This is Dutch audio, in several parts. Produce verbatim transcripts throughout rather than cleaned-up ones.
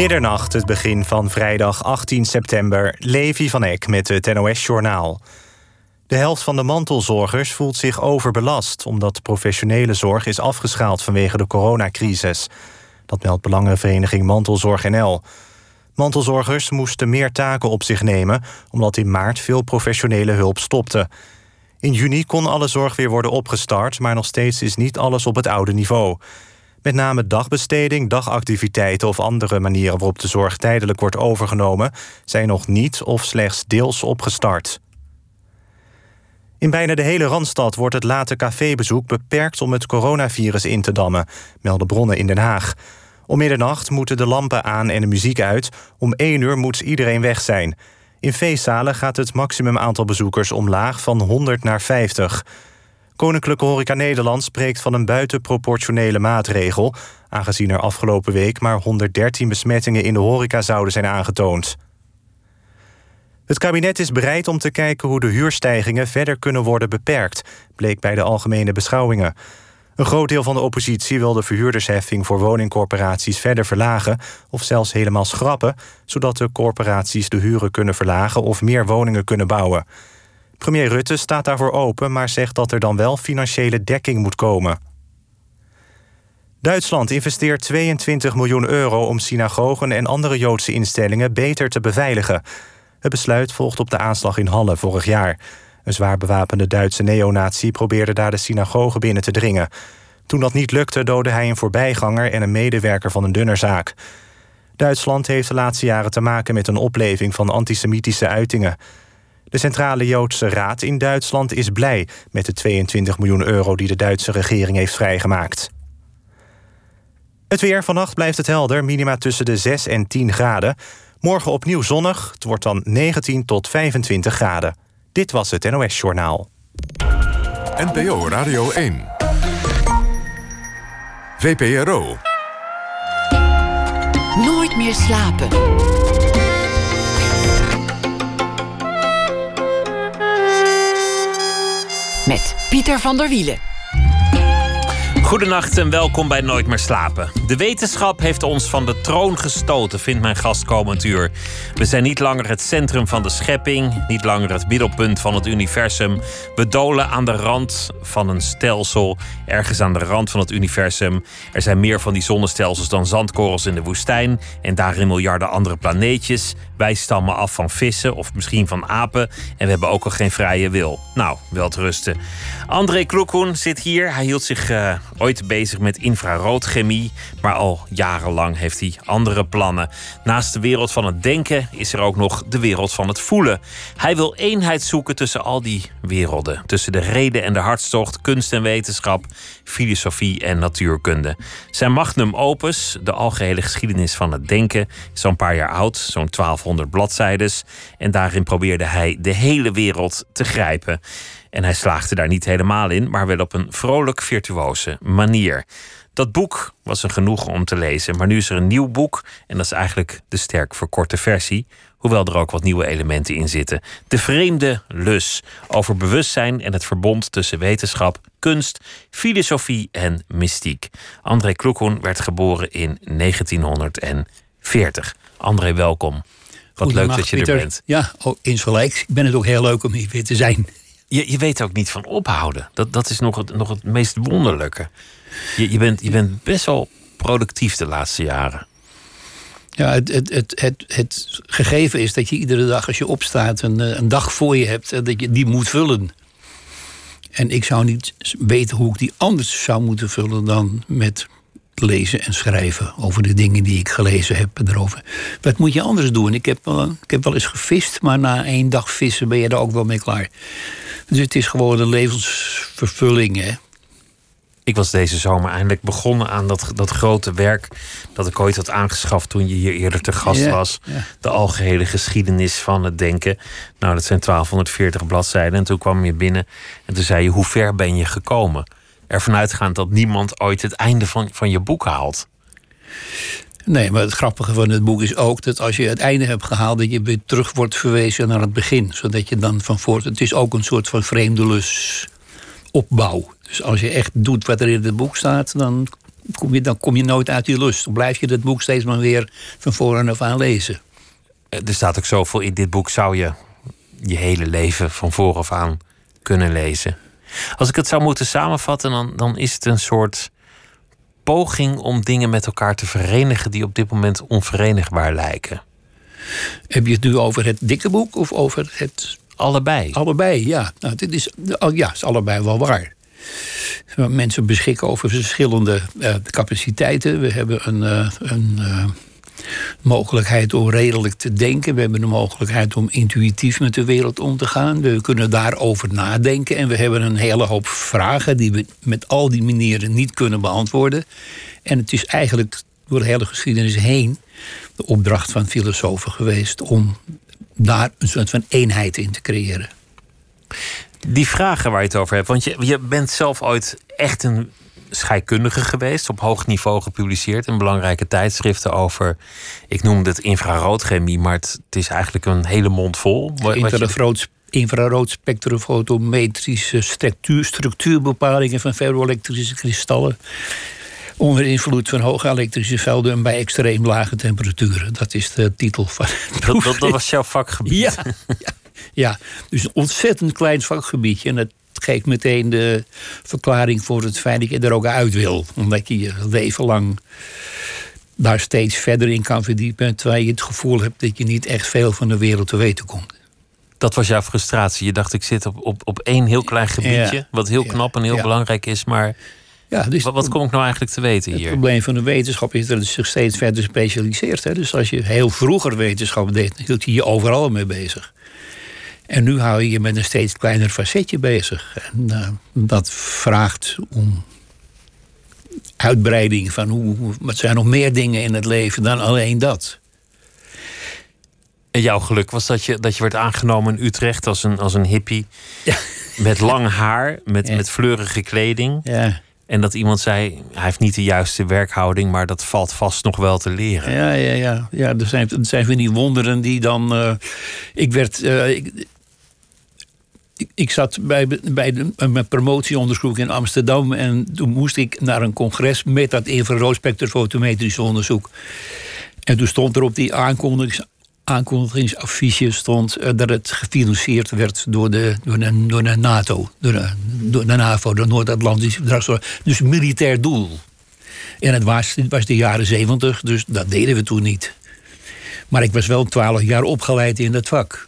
Middernacht, het begin van vrijdag achttien september. Levi van Eck met het N O S-journaal. De helft van de mantelzorgers voelt zich overbelast, omdat professionele zorg is afgeschaald vanwege de coronacrisis. Dat meldt belangenvereniging Mantelzorg N L. Mantelzorgers moesten meer taken op zich nemen, omdat in maart veel professionele hulp stopte. In juni kon alle zorg weer worden opgestart, maar nog steeds is niet alles op het oude niveau. Met name dagbesteding, dagactiviteiten of andere manieren waarop de zorg tijdelijk wordt overgenomen, zijn nog niet of slechts deels opgestart. In bijna de hele Randstad wordt het late cafébezoek beperkt om het coronavirus in te dammen, melden bronnen in Den Haag. Om middernacht moeten de lampen aan en de muziek uit. Om één uur moet iedereen weg zijn. In feestzalen gaat het maximum aantal bezoekers omlaag van honderd naar vijftig. Koninklijke Horeca Nederland spreekt van een buitenproportionele maatregel, aangezien er afgelopen week maar honderddertien besmettingen in de horeca zouden zijn aangetoond. Het kabinet is bereid om te kijken hoe de huurstijgingen verder kunnen worden beperkt, bleek bij de algemene beschouwingen. Een groot deel van de oppositie wil de verhuurdersheffing voor woningcorporaties verder verlagen of zelfs helemaal schrappen, zodat de corporaties de huren kunnen verlagen of meer woningen kunnen bouwen. Premier Rutte staat daarvoor open, maar zegt dat er dan wel financiële dekking moet komen. Duitsland investeert tweeëntwintig miljoen euro om synagogen en andere Joodse instellingen beter te beveiligen. Het besluit volgt op de aanslag in Halle vorig jaar. Een zwaar bewapende Duitse neonazi probeerde daar de synagoge binnen te dringen. Toen dat niet lukte, doodde hij een voorbijganger en een medewerker van een dunnerzaak. Duitsland heeft de laatste jaren te maken met een opleving van antisemitische uitingen. De Centrale Joodse Raad in Duitsland is blij met de tweeëntwintig miljoen euro die de Duitse regering heeft vrijgemaakt. Het weer, vannacht blijft het helder, minima tussen de zes en tien graden. Morgen opnieuw zonnig, het wordt dan negentien tot vijfentwintig graden. Dit was het N O S-journaal. N P O Radio één. V P R O. Nooit meer slapen. Met Pieter van der Wielen. Goedenacht en welkom bij Nooit meer slapen. De wetenschap heeft ons van de troon gestoten, vindt mijn gast komend uur. We zijn niet langer het centrum van de schepping, niet langer het middelpunt van het universum. We dolen aan de rand van een stelsel, ergens aan de rand van het universum. Er zijn meer van die zonnestelsels dan zandkorrels in de woestijn en daarin miljarden andere planeetjes. Wij stammen af van vissen of misschien van apen en we hebben ook al geen vrije wil. Nou, welterusten. André Kloekhoen zit hier. Hij hield zich uh, ooit bezig met infraroodchemie, maar al jarenlang heeft hij andere plannen. Naast de wereld van het denken is er ook nog de wereld van het voelen. Hij wil eenheid zoeken tussen al die werelden. Tussen de reden en de hartstocht, kunst en wetenschap, filosofie en natuurkunde. Zijn magnum opus, de algehele geschiedenis van het denken, is al een paar jaar oud, zo'n twaalfhonderd bladzijdes. En daarin probeerde hij de hele wereld te grijpen. En hij slaagde daar niet helemaal in, maar wel op een vrolijk virtuose manier. Dat boek was een genoegen om te lezen, maar nu is er een nieuw boek en dat is eigenlijk de sterk verkorte versie, hoewel er ook wat nieuwe elementen in zitten. De vreemde lus, over bewustzijn en het verbond tussen wetenschap, kunst, filosofie en mystiek. André Kloekhoen werd geboren in negentienhonderdveertig. André, welkom. Wat leuk dat je Pieter. Er bent. Ja, oh, eens gelijk. Ik ben het ook heel leuk om hier weer te zijn. Je, je weet ook niet van ophouden. Dat, dat is nog het, nog het meest wonderlijke. Je, je, bent, je bent best wel productief de laatste jaren. Ja, het, het, het, het, het gegeven is dat je iedere dag als je opstaat een, een dag voor je hebt en dat je die moet vullen. En ik zou niet weten hoe ik die anders zou moeten vullen dan met lezen en schrijven over de dingen die ik gelezen heb en erover. Wat moet je anders doen? Ik heb, uh, ik heb wel eens gevist, maar na één dag vissen ben je er ook wel mee klaar. Dus het is gewoon een levensvervulling, hè. Ik was deze zomer eindelijk begonnen aan dat, dat grote werk dat ik ooit had aangeschaft toen je hier eerder te gast ja, was. Ja. De algehele geschiedenis van het denken. Nou, dat zijn twaalfhonderdveertig bladzijden. En toen kwam je binnen en toen zei je, hoe ver ben je gekomen? Ervan uitgaand dat niemand ooit het einde van, van je boek haalt. Nee, maar het grappige van het boek is ook dat als je het einde hebt gehaald, dat je weer terug wordt verwezen naar het begin. Zodat je dan van voort. Het is ook een soort van vreemde lus opbouw. Dus als je echt doet wat er in het boek staat, dan kom je, dan kom je nooit uit die lust. Dan blijf je dat boek steeds maar weer van voren af aan lezen. Er staat ook zoveel in dit boek, zou je je hele leven van vooraf aan kunnen lezen. Als ik het zou moeten samenvatten, dan, dan is het een soort poging om dingen met elkaar te verenigen die op dit moment onverenigbaar lijken. Heb je het nu over het dikke boek of over het... Allebei. Allebei, ja. Nou, dit is, ja, is allebei wel waar. Mensen beschikken over verschillende uh, capaciteiten. We hebben een, uh, een uh, mogelijkheid om redelijk te denken. We hebben een mogelijkheid om intuïtief met de wereld om te gaan. We kunnen daarover nadenken. En we hebben een hele hoop vragen die we met al die manieren niet kunnen beantwoorden. En het is eigenlijk door de hele geschiedenis heen de opdracht van filosofen geweest om daar een soort van eenheid in te creëren. Die vragen waar je het over hebt, want je, je bent zelf ooit echt een scheikundige geweest, op hoog niveau gepubliceerd in belangrijke tijdschriften over, ik noemde het infraroodchemie, maar het, het is eigenlijk een hele mond vol. Infrarood, infrarood spectrofotometrische structuur, structuurbepalingen van ferroelektrische kristallen onder invloed van hoge elektrische velden en bij extreem lage temperaturen. Dat is de titel van het dat, dat, dat was jouw vakgebied. Ja, ja, ja, dus een ontzettend klein vakgebiedje. En dat geeft meteen de verklaring voor het feit dat je er ook uit wil. Omdat je je leven lang daar steeds verder in kan verdiepen, terwijl je het gevoel hebt dat je niet echt veel van de wereld te weten komt. Dat was jouw frustratie. Je dacht, ik zit op, op, op één heel klein gebiedje, ja, wat heel knap en heel ja. belangrijk is, maar ja, dus wat, wat kom ik nou eigenlijk te weten hier? Het probleem van de wetenschap is dat het zich steeds verder specialiseert. Hè? Dus als je heel vroeger wetenschap deed, hield je je overal mee bezig. En nu hou je je met een steeds kleiner facetje bezig. En uh, dat vraagt om uitbreiding van hoe, wat zijn nog meer dingen in het leven dan alleen dat. En jouw geluk was dat je, dat je werd aangenomen in Utrecht als een, als een hippie. Ja. Met lang haar, met, ja. met fleurige kleding. Ja. En dat iemand zei, hij heeft niet de juiste werkhouding, maar dat valt vast nog wel te leren. Ja, ja, ja. ja er, zijn, er zijn van die wonderen die dan... Uh, ik werd... Uh, ik, ik, ik zat bij, bij de, mijn promotieonderzoek in Amsterdam en toen moest ik naar een congres met dat infraroodspectrofotometrisch onderzoek. En toen stond er op die aankondigings, aankondigingsaffiche stond uh, dat het gefinancierd werd door de, door de, door de NATO, door de, door de NAVO, de Noord-Atlantische Verdragsorganisatie. Dus militair doel. En het was, het was de jaren zeventig, dus dat deden we toen niet. Maar ik was wel twaalf jaar opgeleid in dat vak.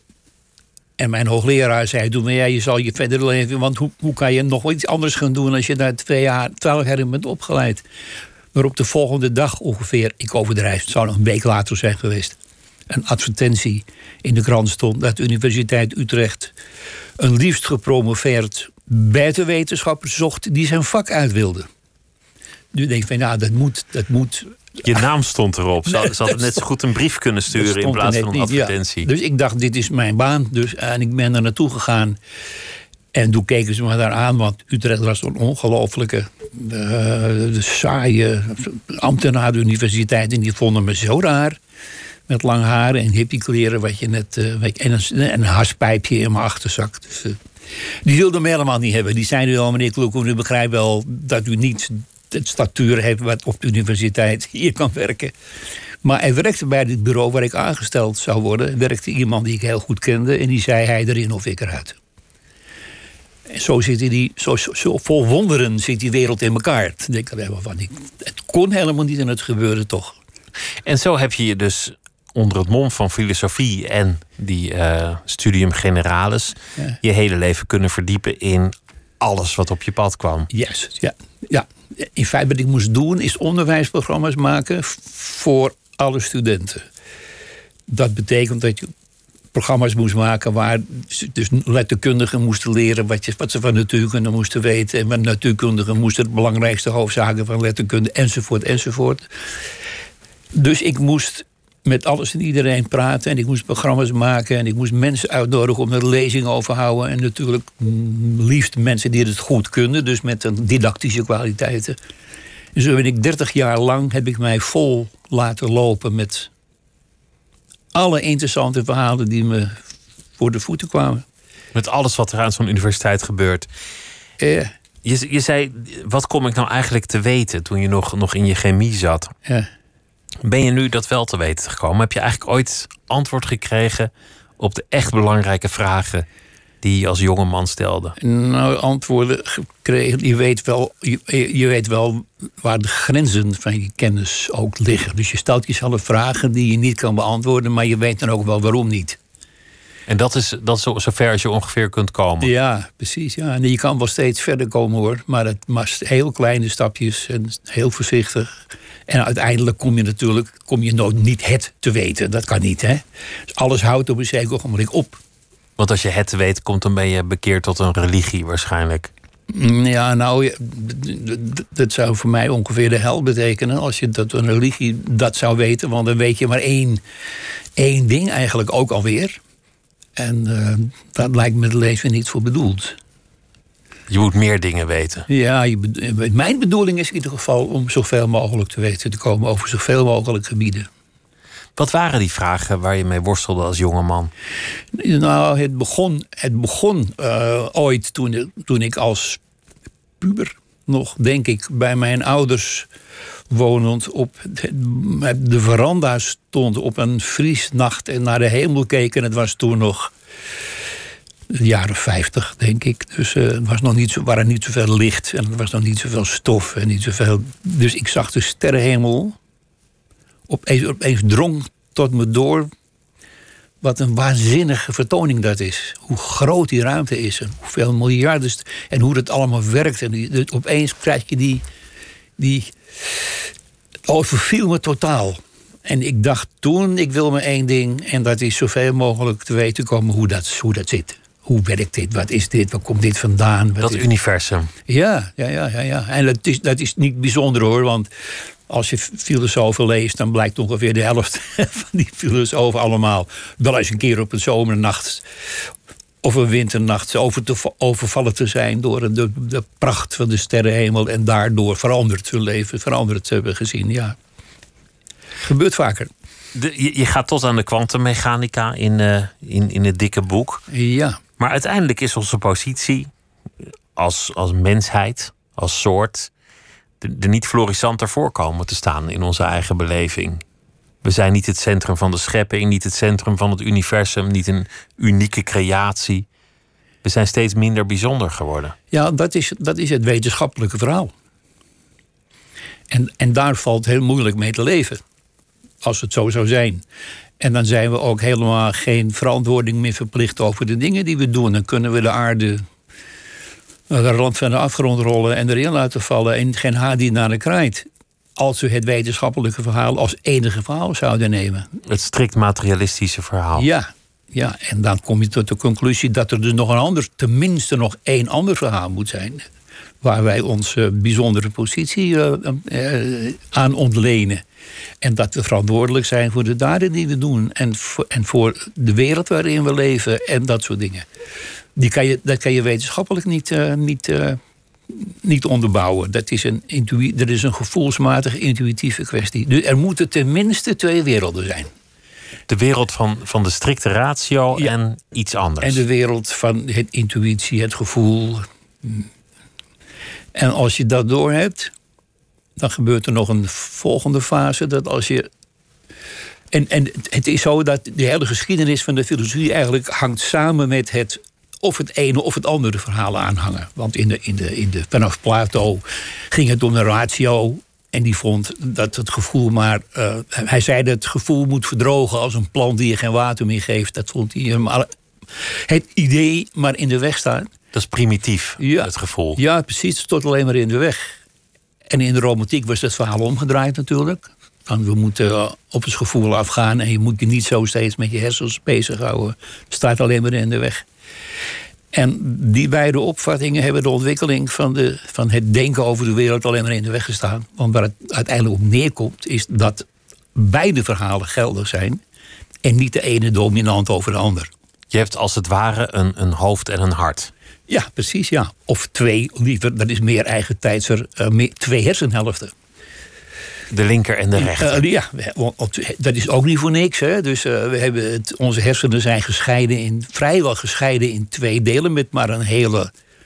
En mijn hoogleraar zei toen, maar ja, je zal je verder leven, want hoe, hoe kan je nog iets anders gaan doen als je daar twee jaar, twaalf jaar in bent opgeleid? Maar op de volgende dag ongeveer, ik overdrijf, het zou nog een week later zijn geweest, een advertentie in de krant stond dat de Universiteit Utrecht een liefst gepromoveerd buitenwetenschapper zocht die zijn vak uit wilde. Nu denk ik van, nou, dat moet, dat moet. Je naam stond erop. Ze hadden nee, net zo goed een brief kunnen sturen in plaats van een niet, advertentie. Ja. Dus ik dacht, dit is mijn baan. Dus, en ik ben er naartoe gegaan. En toen keken ze me daar aan, want Utrecht was een ongelofelijke, uh, de saaie ambtenarenuniversiteit. En die vonden me zo raar. Met lang haar en hippiekleren, wat je net. Uh, en, een, en een haspijpje in mijn achterzak. Dus, uh, die wilden me helemaal niet hebben. Die zeiden wel, meneer Kloekhoff, u begrijpt wel dat u niet het statuur heeft wat op de universiteit hier kan werken. Maar hij werkte bij dit bureau waar ik aangesteld zou worden. Werkte iemand die ik heel goed kende. En die zei hij erin of ik eruit. En zo zit die, zo, zo, zo vol wonderen zit die wereld in elkaar. Ik denk alleen van, het kon helemaal niet en het gebeurde toch. En zo heb je je dus onder het mom van filosofie en die uh, studium generalis ja. je hele leven kunnen verdiepen in alles wat op je pad kwam. Juist, ja. ja. In feite wat ik moest doen is onderwijsprogramma's maken voor alle studenten. Dat betekent dat je programma's moest maken waar dus letterkundigen moesten leren wat, je, wat ze van natuurkunde moesten weten. En met natuurkundigen moesten de belangrijkste hoofdzaken van letterkunde enzovoort enzovoort. Dus ik moest met alles en iedereen praten en ik moest programma's maken en ik moest mensen uitnodigen om er lezingen over te houden. En natuurlijk liefst mensen die het goed kunnen, dus met een didactische kwaliteiten. En zo ben ik dertig jaar lang, heb ik mij vol laten lopen met alle interessante verhalen die me voor de voeten kwamen. Met alles wat er aan zo'n universiteit gebeurt. Eh. Je, je zei, wat kom ik nou eigenlijk te weten toen je nog, nog in je chemie zat? Ja. Ben je nu dat wel te weten gekomen? Heb je eigenlijk ooit antwoord gekregen op de echt belangrijke vragen die je als jonge man stelde? Nou, antwoorden gekregen. Je weet wel, je, je weet wel waar de grenzen van je kennis ook liggen. Dus je stelt jezelf vragen die je niet kan beantwoorden, maar je weet dan ook wel waarom niet. En dat is, dat is zo, zover als je ongeveer kunt komen? Ja, precies. Ja. En je kan wel steeds verder komen hoor. Maar het maar heel kleine stapjes en heel voorzichtig. En uiteindelijk kom je natuurlijk kom je nooit niet het te weten. Dat kan niet, hè. Dus alles houdt op een zeker ogenblik op. Want als je het te weten komt, dan ben je bekeerd tot een religie waarschijnlijk. Ja, nou, ja, dat zou voor mij ongeveer de hel betekenen. Als je dat een religie dat zou weten. Want dan weet je maar één, één ding eigenlijk ook alweer. En uh, dat lijkt me het leven niet voor bedoeld. Je moet meer dingen weten. Ja, je, mijn bedoeling is in ieder geval om zoveel mogelijk te weten te komen over zoveel mogelijk gebieden. Wat waren die vragen waar je mee worstelde als jonge man? Nou, het begon, het begon uh, ooit toen, toen ik als puber nog, denk ik, bij mijn ouders wonend op de, de veranda stond op een vriesnacht en naar de hemel keek. En het was toen nog de jaren vijftig, denk ik. Dus uh, het was nog niet zo, waren niet zoveel licht en er was nog niet zoveel stof en niet zoveel. Dus ik zag de sterrenhemel. Opeens, opeens drong tot me door wat een waanzinnige vertoning dat is. Hoe groot die ruimte is en hoeveel miljarden en hoe dat allemaal werkt. En die, opeens krijg je die, die... Het overviel me totaal. En ik dacht toen, ik wil maar één ding, en dat is zoveel mogelijk te weten komen hoe dat, hoe dat zit. Hoe werkt dit? Wat is dit? Waar komt dit vandaan? Wat dat is... universum. Ja, ja, ja, ja, ja. En dat is, dat is niet bijzonder hoor, want als je filosofen leest, dan blijkt ongeveer de helft van die filosofen allemaal wel eens een keer op een zomernacht of een winternacht over te, overvallen te zijn door de, de pracht van de sterrenhemel en daardoor veranderd hun leven, veranderd te hebben gezien. Ja. Gebeurt vaker. De, je, je gaat tot aan de kwantummechanica in, uh, in, in het dikke boek. Ja. Maar uiteindelijk is onze positie als, als mensheid, als soort, er niet florissanter voorkomen te staan in onze eigen beleving. We zijn niet het centrum van de schepping, niet het centrum van het universum, niet een unieke creatie. We zijn steeds minder bijzonder geworden. Ja, dat is, dat is het wetenschappelijke verhaal. En, en daar valt heel moeilijk mee te leven. Als het zo zou zijn. En dan zijn we ook helemaal geen verantwoording meer verplicht over de dingen die we doen. Dan kunnen we de aarde naar de rand van de afgrond rollen en erin laten vallen en geen haar die naar de kraait. Als we het wetenschappelijke verhaal als enige verhaal zouden nemen. Het strikt materialistische verhaal. Ja, ja, en dan kom je tot de conclusie dat er dus nog een ander, tenminste nog één ander verhaal moet zijn. Waar wij onze bijzondere positie uh, uh, aan ontlenen. En dat we verantwoordelijk zijn voor de daden die we doen. En voor, en voor de wereld waarin we leven en dat soort dingen. Die kan je, dat kan je wetenschappelijk niet, uh, niet, uh, niet onderbouwen. Dat is een, intu- dat is een gevoelsmatig intuïtieve kwestie. Dus er moeten tenminste twee werelden zijn. De wereld van, van de strikte ratio Ja. en iets anders. En de wereld van het intuïtie, het gevoel. En als je dat doorhebt, dan gebeurt er nog een volgende fase. Dat als je. En, en het is zo dat de hele geschiedenis van de filosofie eigenlijk hangt samen met het. Of het ene of het andere verhaal aanhangen. Want in de, in de, in de, vanaf Plato ging het om de ratio. En die vond dat het gevoel maar. Uh, hij zei dat het gevoel moet verdrogen als een plant die je geen water meer geeft. Dat vond hij helemaal. Het idee maar in de weg staan. Dat is primitief, Ja. het gevoel. Ja, precies. Het stond alleen maar in de weg. En in de romantiek was het verhaal omgedraaid natuurlijk. Dan we moeten uh, op het gevoel afgaan. En je moet je niet zo steeds met je hersens bezighouden. Het staat alleen maar in de weg. En die beide opvattingen hebben de ontwikkeling van, de, van het denken over de wereld alleen maar in de weg gestaan. Want waar het uiteindelijk op neerkomt, is dat beide verhalen geldig zijn. En niet de ene dominant over de ander. Je hebt als het ware een, een hoofd en een hart. Ja, precies, ja. Of twee, liever, dat is meer eigen tijdser, uh, meer, twee hersenhelften. De linker en de rechter. Uh, ja, dat is ook niet voor niks. Hè. Dus uh, we hebben het, onze hersenen zijn gescheiden in, vrijwel gescheiden in twee delen met maar een hele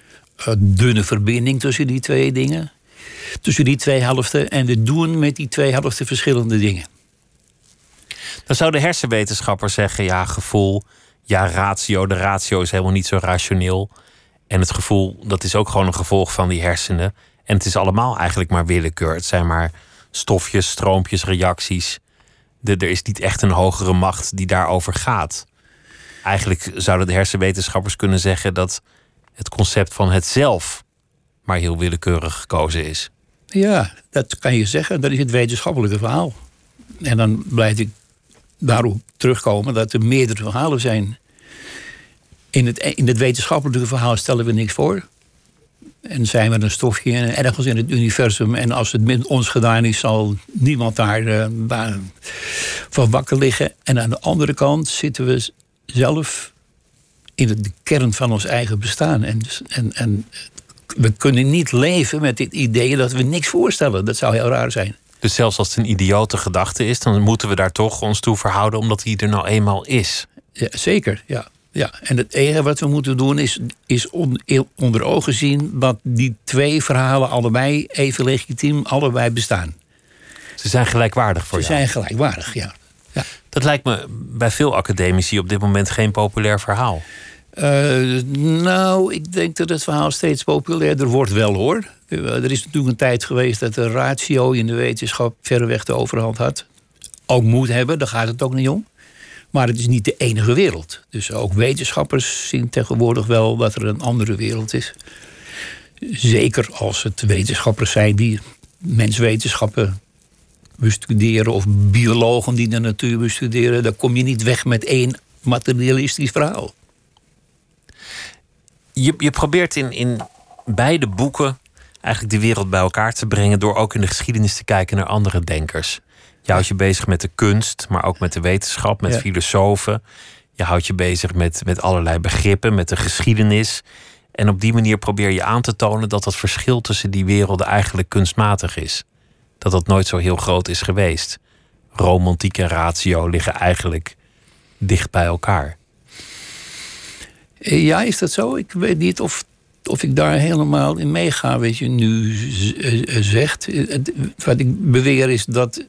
uh, dunne verbinding tussen die twee dingen. Tussen die twee helften. En we doen met die twee helften verschillende dingen. Dan zou de hersenwetenschapper zeggen, ja, gevoel, ja, ratio. De ratio is helemaal niet zo rationeel. En het gevoel, dat is ook gewoon een gevolg van die hersenen. En het is allemaal eigenlijk maar willekeur. Het zijn maar stofjes, stroompjes, reacties. De, er is niet echt een hogere macht die daarover gaat. Eigenlijk zouden de hersenwetenschappers kunnen zeggen dat het concept van het zelf maar heel willekeurig gekozen is. Ja, dat kan je zeggen. Dat is het wetenschappelijke verhaal. En dan blijf ik daarop terugkomen dat er meerdere verhalen zijn. In het, in het wetenschappelijke verhaal stellen we niks voor. En zijn we een stofje ergens in het universum. En als het met ons gedaan is, zal niemand daar uh, van wakker liggen. En aan de andere kant zitten we zelf in de kern van ons eigen bestaan. En, en, en we kunnen niet leven met dit idee dat we niks voorstellen. Dat zou heel raar zijn. Dus zelfs als het een idiote gedachte is, dan moeten we daar toch ons toe verhouden omdat hij er nou eenmaal is. Ja, zeker, ja. Ja, en het enige wat we moeten doen is, is on, onder ogen zien dat die twee verhalen allebei even legitiem, allebei bestaan. Ze zijn gelijkwaardig voor Ze jou? Ze zijn gelijkwaardig, ja. ja. Dat lijkt me bij veel academici op dit moment geen populair verhaal. Uh, nou, ik denk dat het verhaal steeds populairder wordt wel, hoor. Uh, er is natuurlijk een tijd geweest dat de ratio in de wetenschap verreweg de overhand had. Ook moet hebben, daar gaat het ook niet om. Maar het is niet de enige wereld. Dus ook wetenschappers zien tegenwoordig wel dat er een andere wereld is. Zeker als het wetenschappers zijn die menswetenschappen bestuderen of biologen die de natuur bestuderen. Dan kom je niet weg met één materialistisch verhaal. Je, je probeert in, in beide boeken eigenlijk de wereld bij elkaar te brengen door ook in de geschiedenis te kijken naar andere denkers. Je houdt je bezig met de kunst, maar ook met de wetenschap, met ja. filosofen. Je houdt je bezig met, met allerlei begrippen, met de geschiedenis. En op die manier probeer je aan te tonen dat dat verschil tussen die werelden eigenlijk kunstmatig is. Dat dat nooit zo heel groot is geweest. Romantiek en ratio liggen eigenlijk dicht bij elkaar. Ja, is dat zo? Ik weet niet of, of ik daar helemaal in meega, weet je nu zegt. Wat ik beweer is dat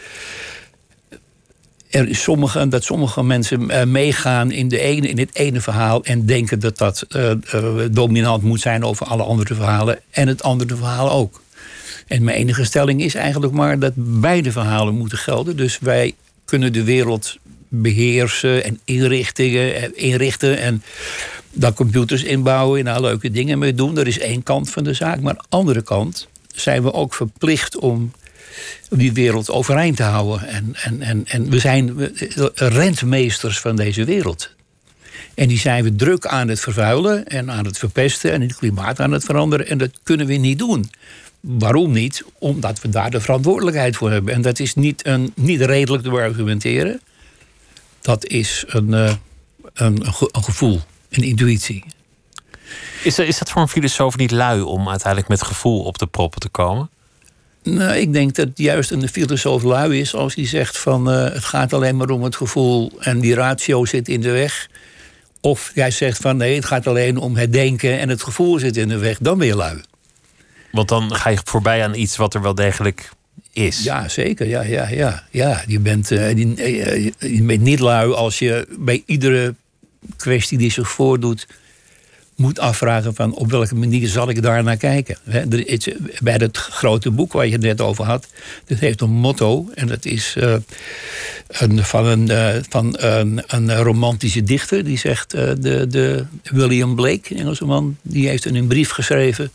er sommige, dat sommige mensen meegaan in, de ene, in het ene verhaal en denken dat dat uh, uh, dominant moet zijn over alle andere verhalen en het andere verhaal ook. En mijn enige stelling is eigenlijk maar dat beide verhalen moeten gelden. Dus wij kunnen de wereld beheersen en inrichten, inrichten en daar computers inbouwen en daar leuke dingen mee doen. Dat is één kant van de zaak. Maar aan de andere kant zijn we ook verplicht om die wereld overeind te houden. En, en, en, en we zijn rentmeesters van deze wereld. En die zijn we druk aan het vervuilen en aan het verpesten en het klimaat aan het veranderen. En dat kunnen we niet doen. Waarom niet? Omdat we daar de verantwoordelijkheid voor hebben. En dat is niet, een, niet redelijk te argumenteren. Dat is een, uh, een, een gevoel, een intuïtie. Is, is dat voor een filosoof niet lui om uiteindelijk met gevoel op de proppen te komen? Nou, ik denk dat juist een filosoof lui is als hij zegt van uh, het gaat alleen maar om het gevoel en die ratio zit in de weg. Of jij zegt van nee, het gaat alleen om het denken en het gevoel zit in de weg. Dan ben je lui. Want dan ga je voorbij aan iets wat er wel degelijk is. Ja, zeker. Ja, ja, ja. ja. Je, bent, uh, die, uh, je bent niet lui als je bij iedere kwestie die zich voordoet moet afvragen van op welke manier zal ik daar naar kijken. Bij het grote boek waar je het net over had, dat heeft een motto en dat is uh, een, van, een, uh, van een, een romantische dichter. Die zegt, uh, de, de William Blake, een Engelse man, die heeft in een brief geschreven: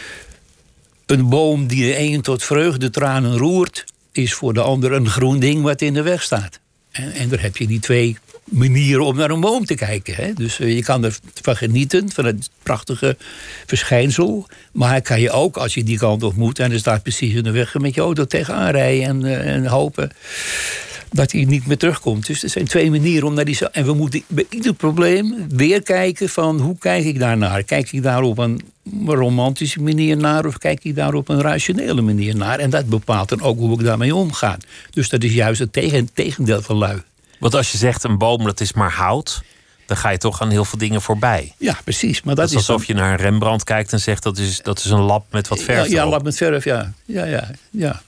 een boom die de een tot vreugdetranen roert, is voor de ander een groen ding wat in de weg staat. En, en daar heb je die twee manieren om naar een boom te kijken. Hè? Dus uh, je kan ervan genieten, van het prachtige verschijnsel. Maar hij kan je ook, als je die kant op moet en er staat precies in de weg, met je auto tegenaan rijden en, uh, en hopen dat hij niet meer terugkomt. Dus er zijn twee manieren om naar die... En we moeten bij ieder probleem weer kijken van hoe kijk ik daarnaar? Kijk ik daar op een romantische manier naar of kijk ik daar op een rationele manier naar? En dat bepaalt dan ook hoe ik daarmee omga. Dus dat is juist het tegen, tegendeel van lui. Want als je zegt een boom dat is maar hout, dan ga je toch aan heel veel dingen voorbij. Ja, precies. Maar dat, Dat is is alsof dan- je naar een Rembrandt kijkt en zegt... dat is, dat is een lab met wat verf Ja, ja erop. lab met verf, ja. Ja, ja, ja.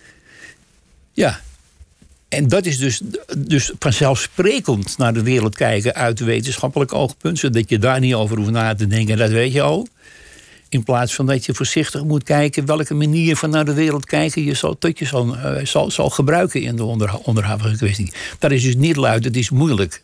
Ja. En dat is dus, dus vanzelfsprekend naar de wereld kijken uit wetenschappelijk oogpunt, zodat je daar niet over hoeft na te denken, dat weet je al. In plaats van dat je voorzichtig moet kijken welke manier van naar de wereld kijken je zal, tot je zal, uh, zal, zal gebruiken in de onder, onderhavige kwestie. Dat is dus niet luid, het is moeilijk.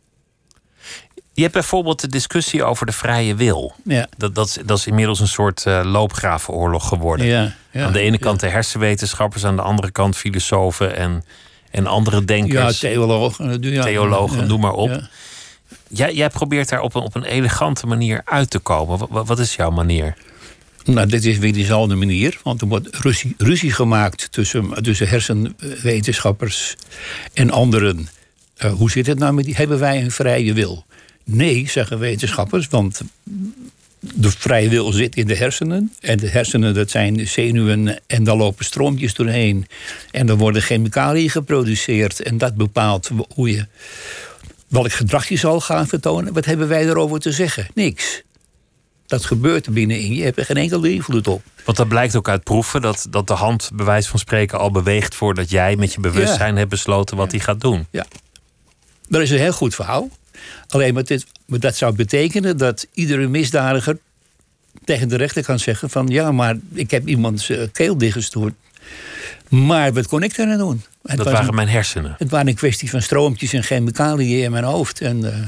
Je hebt bijvoorbeeld de discussie over de vrije wil. Ja. Dat, dat, is, dat is inmiddels een soort uh, loopgravenoorlog geworden. Ja, ja, aan de ene kant ja. de hersenwetenschappers, aan de andere kant filosofen en, en andere Ja, denkers, theologen. Ja, theologen, ja, noem maar op. ja. Jij, jij probeert daar op een, op een elegante manier uit te komen. Wat, wat is jouw manier? Nou, dit is weer diezelfde manier. Want er wordt ruzie, ruzie gemaakt tussen, tussen hersenwetenschappers en anderen. Uh, hoe zit het nou met die? Hebben wij een vrije wil? Nee, zeggen wetenschappers, want de vrije wil zit in de hersenen. En de hersenen, dat zijn de zenuwen en daar lopen stroompjes doorheen. En er worden chemicaliën geproduceerd. En dat bepaalt hoe je, welk gedrag je zal gaan vertonen. Wat hebben wij erover te zeggen? Niks. Dat gebeurt er binnenin. Je hebt er geen enkele invloed op. Want dat blijkt ook uit proeven dat, dat de hand bij wijze van spreken al beweegt voordat jij met je bewustzijn Ja. hebt besloten wat hij gaat doen. Ja. Dat is een heel goed verhaal. Alleen maar, dit, maar dat zou betekenen dat iedere misdadiger tegen de rechter kan zeggen van ja, maar ik heb iemands uh, keel dichtgestoord. Maar wat kon ik daar aan doen? Het Dat was waren een, mijn hersenen. Het was een kwestie van stroompjes en chemicaliën in mijn hoofd. En, uh,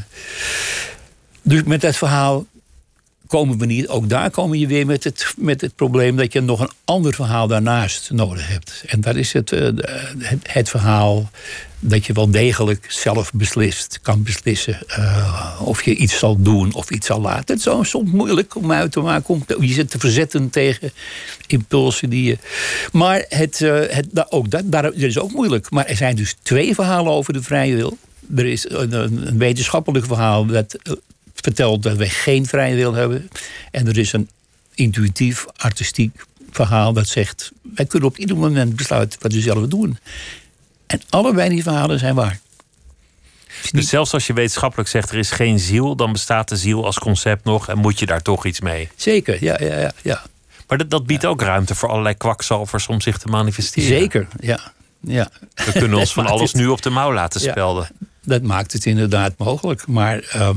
dus met dat verhaal komen we niet. Ook daar komen je weer met het, met het probleem dat je nog een ander verhaal daarnaast nodig hebt. En dat is het, uh, het, het verhaal dat je wel degelijk zelf beslist, kan beslissen uh, of je iets zal doen of iets zal laten. Het is soms moeilijk om uit te maken, om te, je zit te verzetten tegen impulsen die je. Maar het, uh, het, ook dat, dat is ook moeilijk. Maar er zijn dus twee verhalen over de vrije wil. Er is een, een wetenschappelijk verhaal dat uh, vertelt dat we geen vrije wil hebben. En er is een intuïtief, artistiek verhaal dat zegt, wij kunnen op ieder moment besluiten wat we zelf doen. En allebei die verhalen zijn waar. Dus zelfs als je wetenschappelijk zegt er is geen ziel, dan bestaat de ziel als concept nog en moet je daar toch iets mee. Zeker, ja, ja, ja. ja. Maar dat, dat biedt ja. ook ruimte voor allerlei kwakzalvers om zich te manifesteren. Zeker, ja. ja. We kunnen ons van alles het, nu op de mouw laten spelden. Ja, dat maakt het inderdaad mogelijk. Maar uh,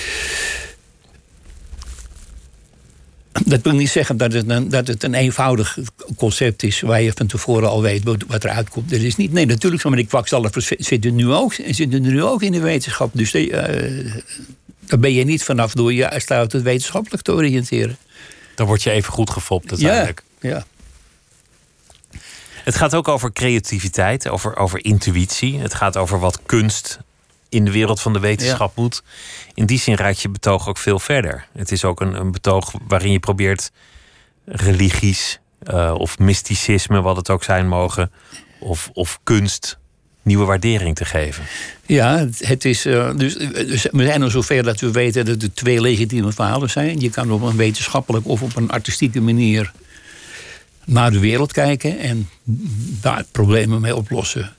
dat wil niet zeggen dat het, een, dat het een eenvoudig concept is waar je van tevoren al weet wat eruit komt. Dat is niet. Nee, natuurlijk, maar die kwakzalvers zitten nu ook, zitten nu ook in de wetenschap. Dus uh, daar ben je niet vanaf door je uitsluitend wetenschappelijk te oriënteren. Dan word je even goed gefopt uiteindelijk. Ja, ja. Het gaat ook over creativiteit, over, over intuïtie. Het gaat over wat kunst in de wereld van de wetenschap ja. moet. In die zin reikt je betoog ook veel verder. Het is ook een, een betoog waarin je probeert religies uh, of mysticisme, wat het ook zijn mogen, of, of kunst, nieuwe waardering te geven. Ja, het is, uh, dus, dus we zijn er zover dat we weten dat er twee legitieme verhalen zijn. Je kan op een wetenschappelijk of op een artistieke manier naar de wereld kijken en daar problemen mee oplossen.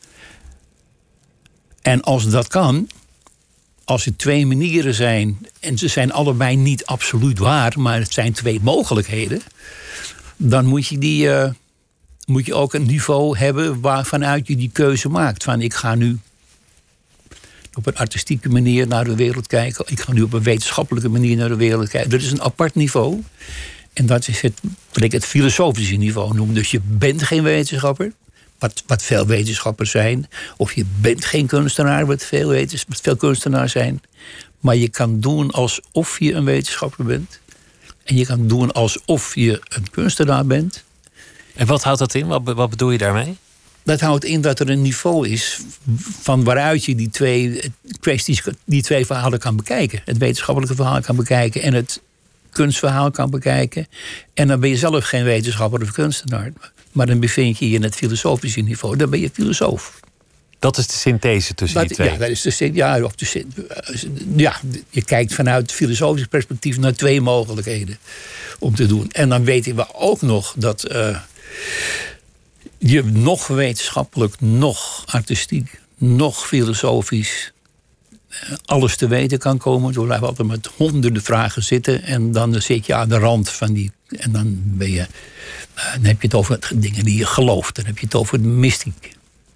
En als dat kan, als er twee manieren zijn en ze zijn allebei niet absoluut waar, maar het zijn twee mogelijkheden, dan moet je, die, uh, moet je ook een niveau hebben waarvanuit je die keuze maakt. Van ik ga nu op een artistieke manier naar de wereld kijken, ik ga nu op een wetenschappelijke manier naar de wereld kijken. Dat is een apart niveau. En dat is het, wat ik het filosofische niveau noem. Dus je bent geen wetenschapper, wat, wat veel wetenschappers zijn. Of je bent geen kunstenaar, wat veel, wetens, wat veel kunstenaars zijn. Maar je kan doen alsof je een wetenschapper bent. En je kan doen alsof je een kunstenaar bent. En wat houdt dat in? Wat, wat bedoel je daarmee? Dat houdt in dat er een niveau is van waaruit je die twee kwesties, die twee verhalen kan bekijken. Het wetenschappelijke verhaal kan bekijken en het kunstverhaal kan bekijken. En dan ben je zelf geen wetenschapper of kunstenaar. Maar dan bevind je je in het filosofische niveau. Dan ben je filosoof. Dat is de synthese tussen dat, die twee? Ja, dat is de, ja, of de, ja, je kijkt vanuit filosofisch perspectief naar twee mogelijkheden om te doen. En dan weten we ook nog dat uh, je nog wetenschappelijk, nog artistiek, nog filosofisch alles te weten kan komen. Zo blijf je altijd met honderden vragen zitten. En dan zit je aan de rand van die... En dan, ben je, dan heb je het over dingen die je gelooft. Dan heb je het over de mystiek.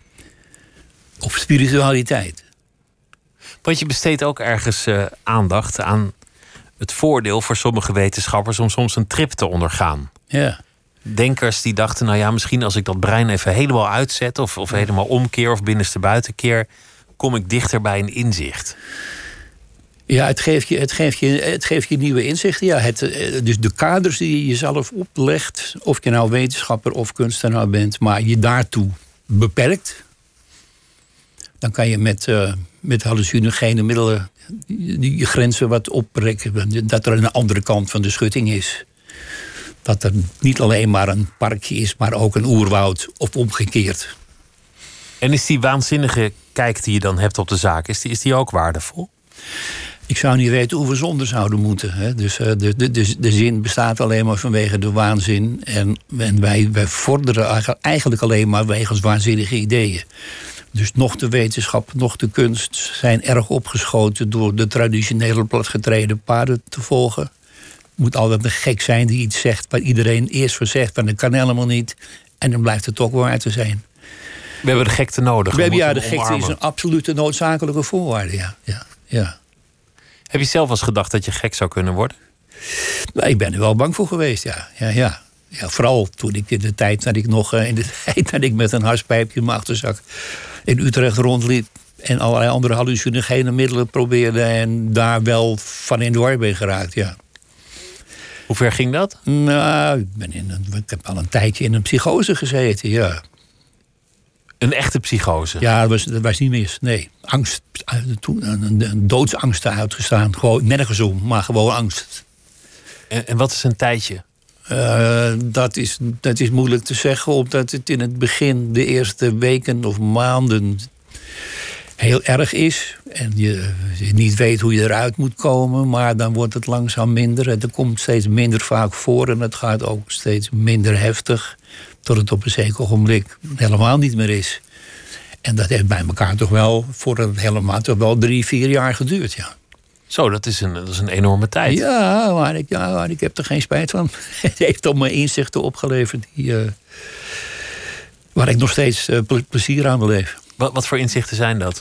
Of spiritualiteit. Want je besteedt ook ergens uh, aandacht aan het voordeel voor sommige wetenschappers om soms een trip te ondergaan. Ja. Denkers die dachten, nou ja, misschien als ik dat brein even helemaal uitzet... of, of helemaal omkeer of binnenste buitenkeer... kom ik dichter bij een inzicht. Ja, het geeft je, het geeft je, het geeft je nieuwe inzichten. Ja, het, dus de kaders die je jezelf oplegt... of je nou wetenschapper of kunstenaar bent... maar je daartoe beperkt... dan kan je met, uh, met hallucinogene middelen... die je grenzen wat oprekken. Dat er een andere kant van de schutting is. Dat er niet alleen maar een parkje is... maar ook een oerwoud of omgekeerd. En is die waanzinnige kijk die je dan hebt op de zaak... is die, is die ook waardevol? Ik zou niet weten hoe we zonder zouden moeten. Hè. Dus uh, de, de, de, de zin bestaat alleen maar vanwege de waanzin. En, en wij, wij vorderen eigenlijk alleen maar wegens waanzinnige ideeën. Dus nog de wetenschap, nog de kunst zijn erg opgeschoten... door de traditionele platgetreden paden te volgen. Het moet altijd een gek zijn die iets zegt... waar iedereen eerst voor zegt, van dat kan helemaal niet. En dan blijft het toch waar te zijn. We hebben de gekte nodig. We hebben, ja, de gekte is een absolute noodzakelijke voorwaarde, ja. ja, ja. Heb je zelf eens gedacht dat je gek zou kunnen worden? Nou, ik ben er wel bang voor geweest, ja. ja, ja. ja vooral toen ik in de tijd dat ik nog in de tijd dat ik met een harspijpje in mijn achterzak in Utrecht rondliep en allerlei andere hallucinogene middelen probeerde en daar wel van in de war ben geraakt, ja. Hoe ver ging dat? Nou, ik, ben in een, ik heb al een tijdje in een psychose gezeten, ja. Een echte psychose? Ja, dat was, dat was niet mis. Nee, angst. Toen een, een doodsangst uitgestaan. Gewoon nergens om, maar gewoon angst. En, en wat is een tijdje? Uh, dat, is, dat is moeilijk te zeggen, omdat het in het begin, de eerste weken of maanden, heel erg is. En je, je niet weet hoe je eruit moet komen, maar dan wordt het langzaam minder. En er komt steeds minder vaak voor en het gaat ook steeds minder heftig. Tot het op een zeker ogenblik helemaal niet meer is. En dat heeft bij elkaar toch wel voor een helemaal toch wel drie, vier jaar geduurd, ja. Zo, dat is een, dat is een enorme tijd. Ja, maar ik, ja, maar ik heb er geen spijt van. Het heeft op me inzichten opgeleverd die, uh, waar ik nog steeds uh, ple- plezier aan beleef. Wat, wat voor inzichten zijn dat?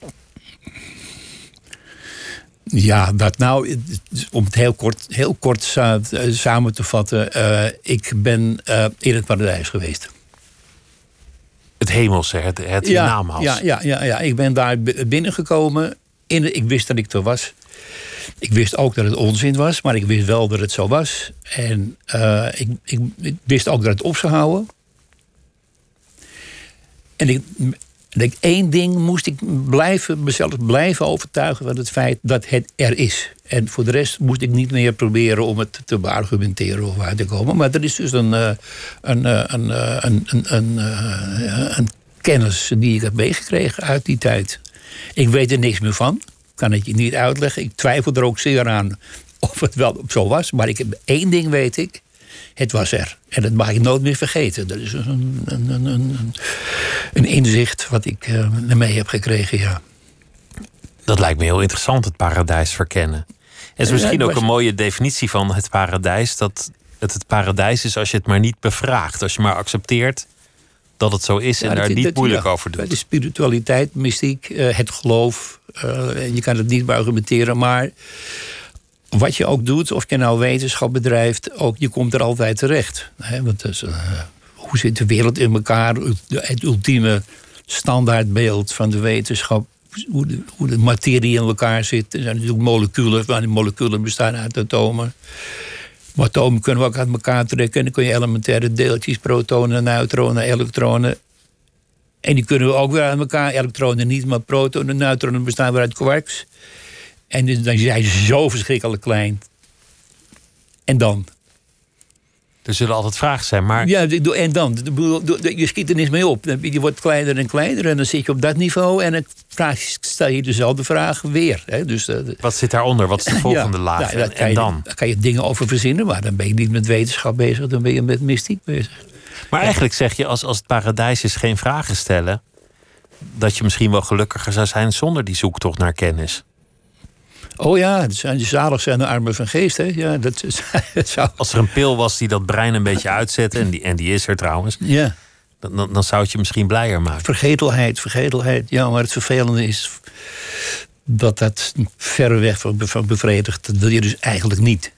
Ja, dat nou, om het heel kort, heel kort sa- samen te vatten. Uh, ik ben uh, in het paradijs geweest. Het hemelse, het, het ja, naamhuis. Ja, ja, ja, ja, ik ben daar binnengekomen. In de, ik wist dat ik er was. Ik wist ook dat het onzin was, maar ik wist wel dat het zo was. En uh, ik, ik, ik wist ook dat het op zou houden. En ik... Ik, één ding moest ik blijven, mezelf blijven overtuigen van het feit dat het er is. En voor de rest moest ik niet meer proberen om het te beargumenteren of waar te komen. Maar er is dus een, een, een, een, een, een, een, een kennis die ik heb meegekregen uit die tijd. Ik weet er niks meer van, kan het je niet uitleggen. Ik twijfel er ook zeer aan of het wel zo was. Maar ik heb, één ding weet ik. Het was er. En dat mag ik nooit meer vergeten. Dat is een, een, een, een, een inzicht wat ik uh, mee heb gekregen, ja. Dat lijkt me heel interessant, het paradijs verkennen. En is misschien ook een mooie definitie van het paradijs. Dat het het paradijs is als je het maar niet bevraagt. Als je maar accepteert dat het zo is en ja, daar niet dat, moeilijk ja, over doet. De spiritualiteit, mystiek, uh, het geloof. Uh, je kan het niet argumenteren, maar wat je ook doet, of je nou wetenschap bedrijft, ook, je komt er altijd terecht. Hè? Want dus, uh, hoe zit de wereld in elkaar? Het ultieme standaardbeeld van de wetenschap. Hoe de, hoe de materie in elkaar zit. Er zijn natuurlijk moleculen, maar die moleculen bestaan uit atomen. Maar atomen kunnen we ook uit elkaar trekken. En dan kun je elementaire deeltjes, protonen, neutronen, elektronen. En die kunnen we ook weer uit elkaar. Elektronen niet, maar protonen en neutronen bestaan weer uit quarks. En dan zijn ze zo verschrikkelijk klein. En dan? Er zullen altijd vragen zijn, maar... Ja, en dan? Je schiet er niks mee op. Je wordt kleiner en kleiner en dan zit je op dat niveau. En het vraag, stel je dezelfde vraag weer. Hè? Dus, uh, wat zit daaronder? Wat is de volgende ja, laag? Ja, en, en dan? Daar kan je dingen over verzinnen, maar dan ben je niet met wetenschap bezig. Dan ben je met mystiek bezig. Maar eigenlijk zeg je, als, als het paradijs is geen vragen stellen, dat je misschien wel gelukkiger zou zijn zonder die zoektocht naar kennis. Oh ja, het zijn, zalig zijn de armen van geest. Hè? Ja, dat, dat zou... Als er een pil was die dat brein een beetje uitzette, en die, en die is er trouwens, ja. dan, dan zou het je misschien blijer maken. Vergetelheid, vergetelheid. Ja, maar het vervelende is dat dat verreweg van bevredigt. Dat wil je dus eigenlijk niet.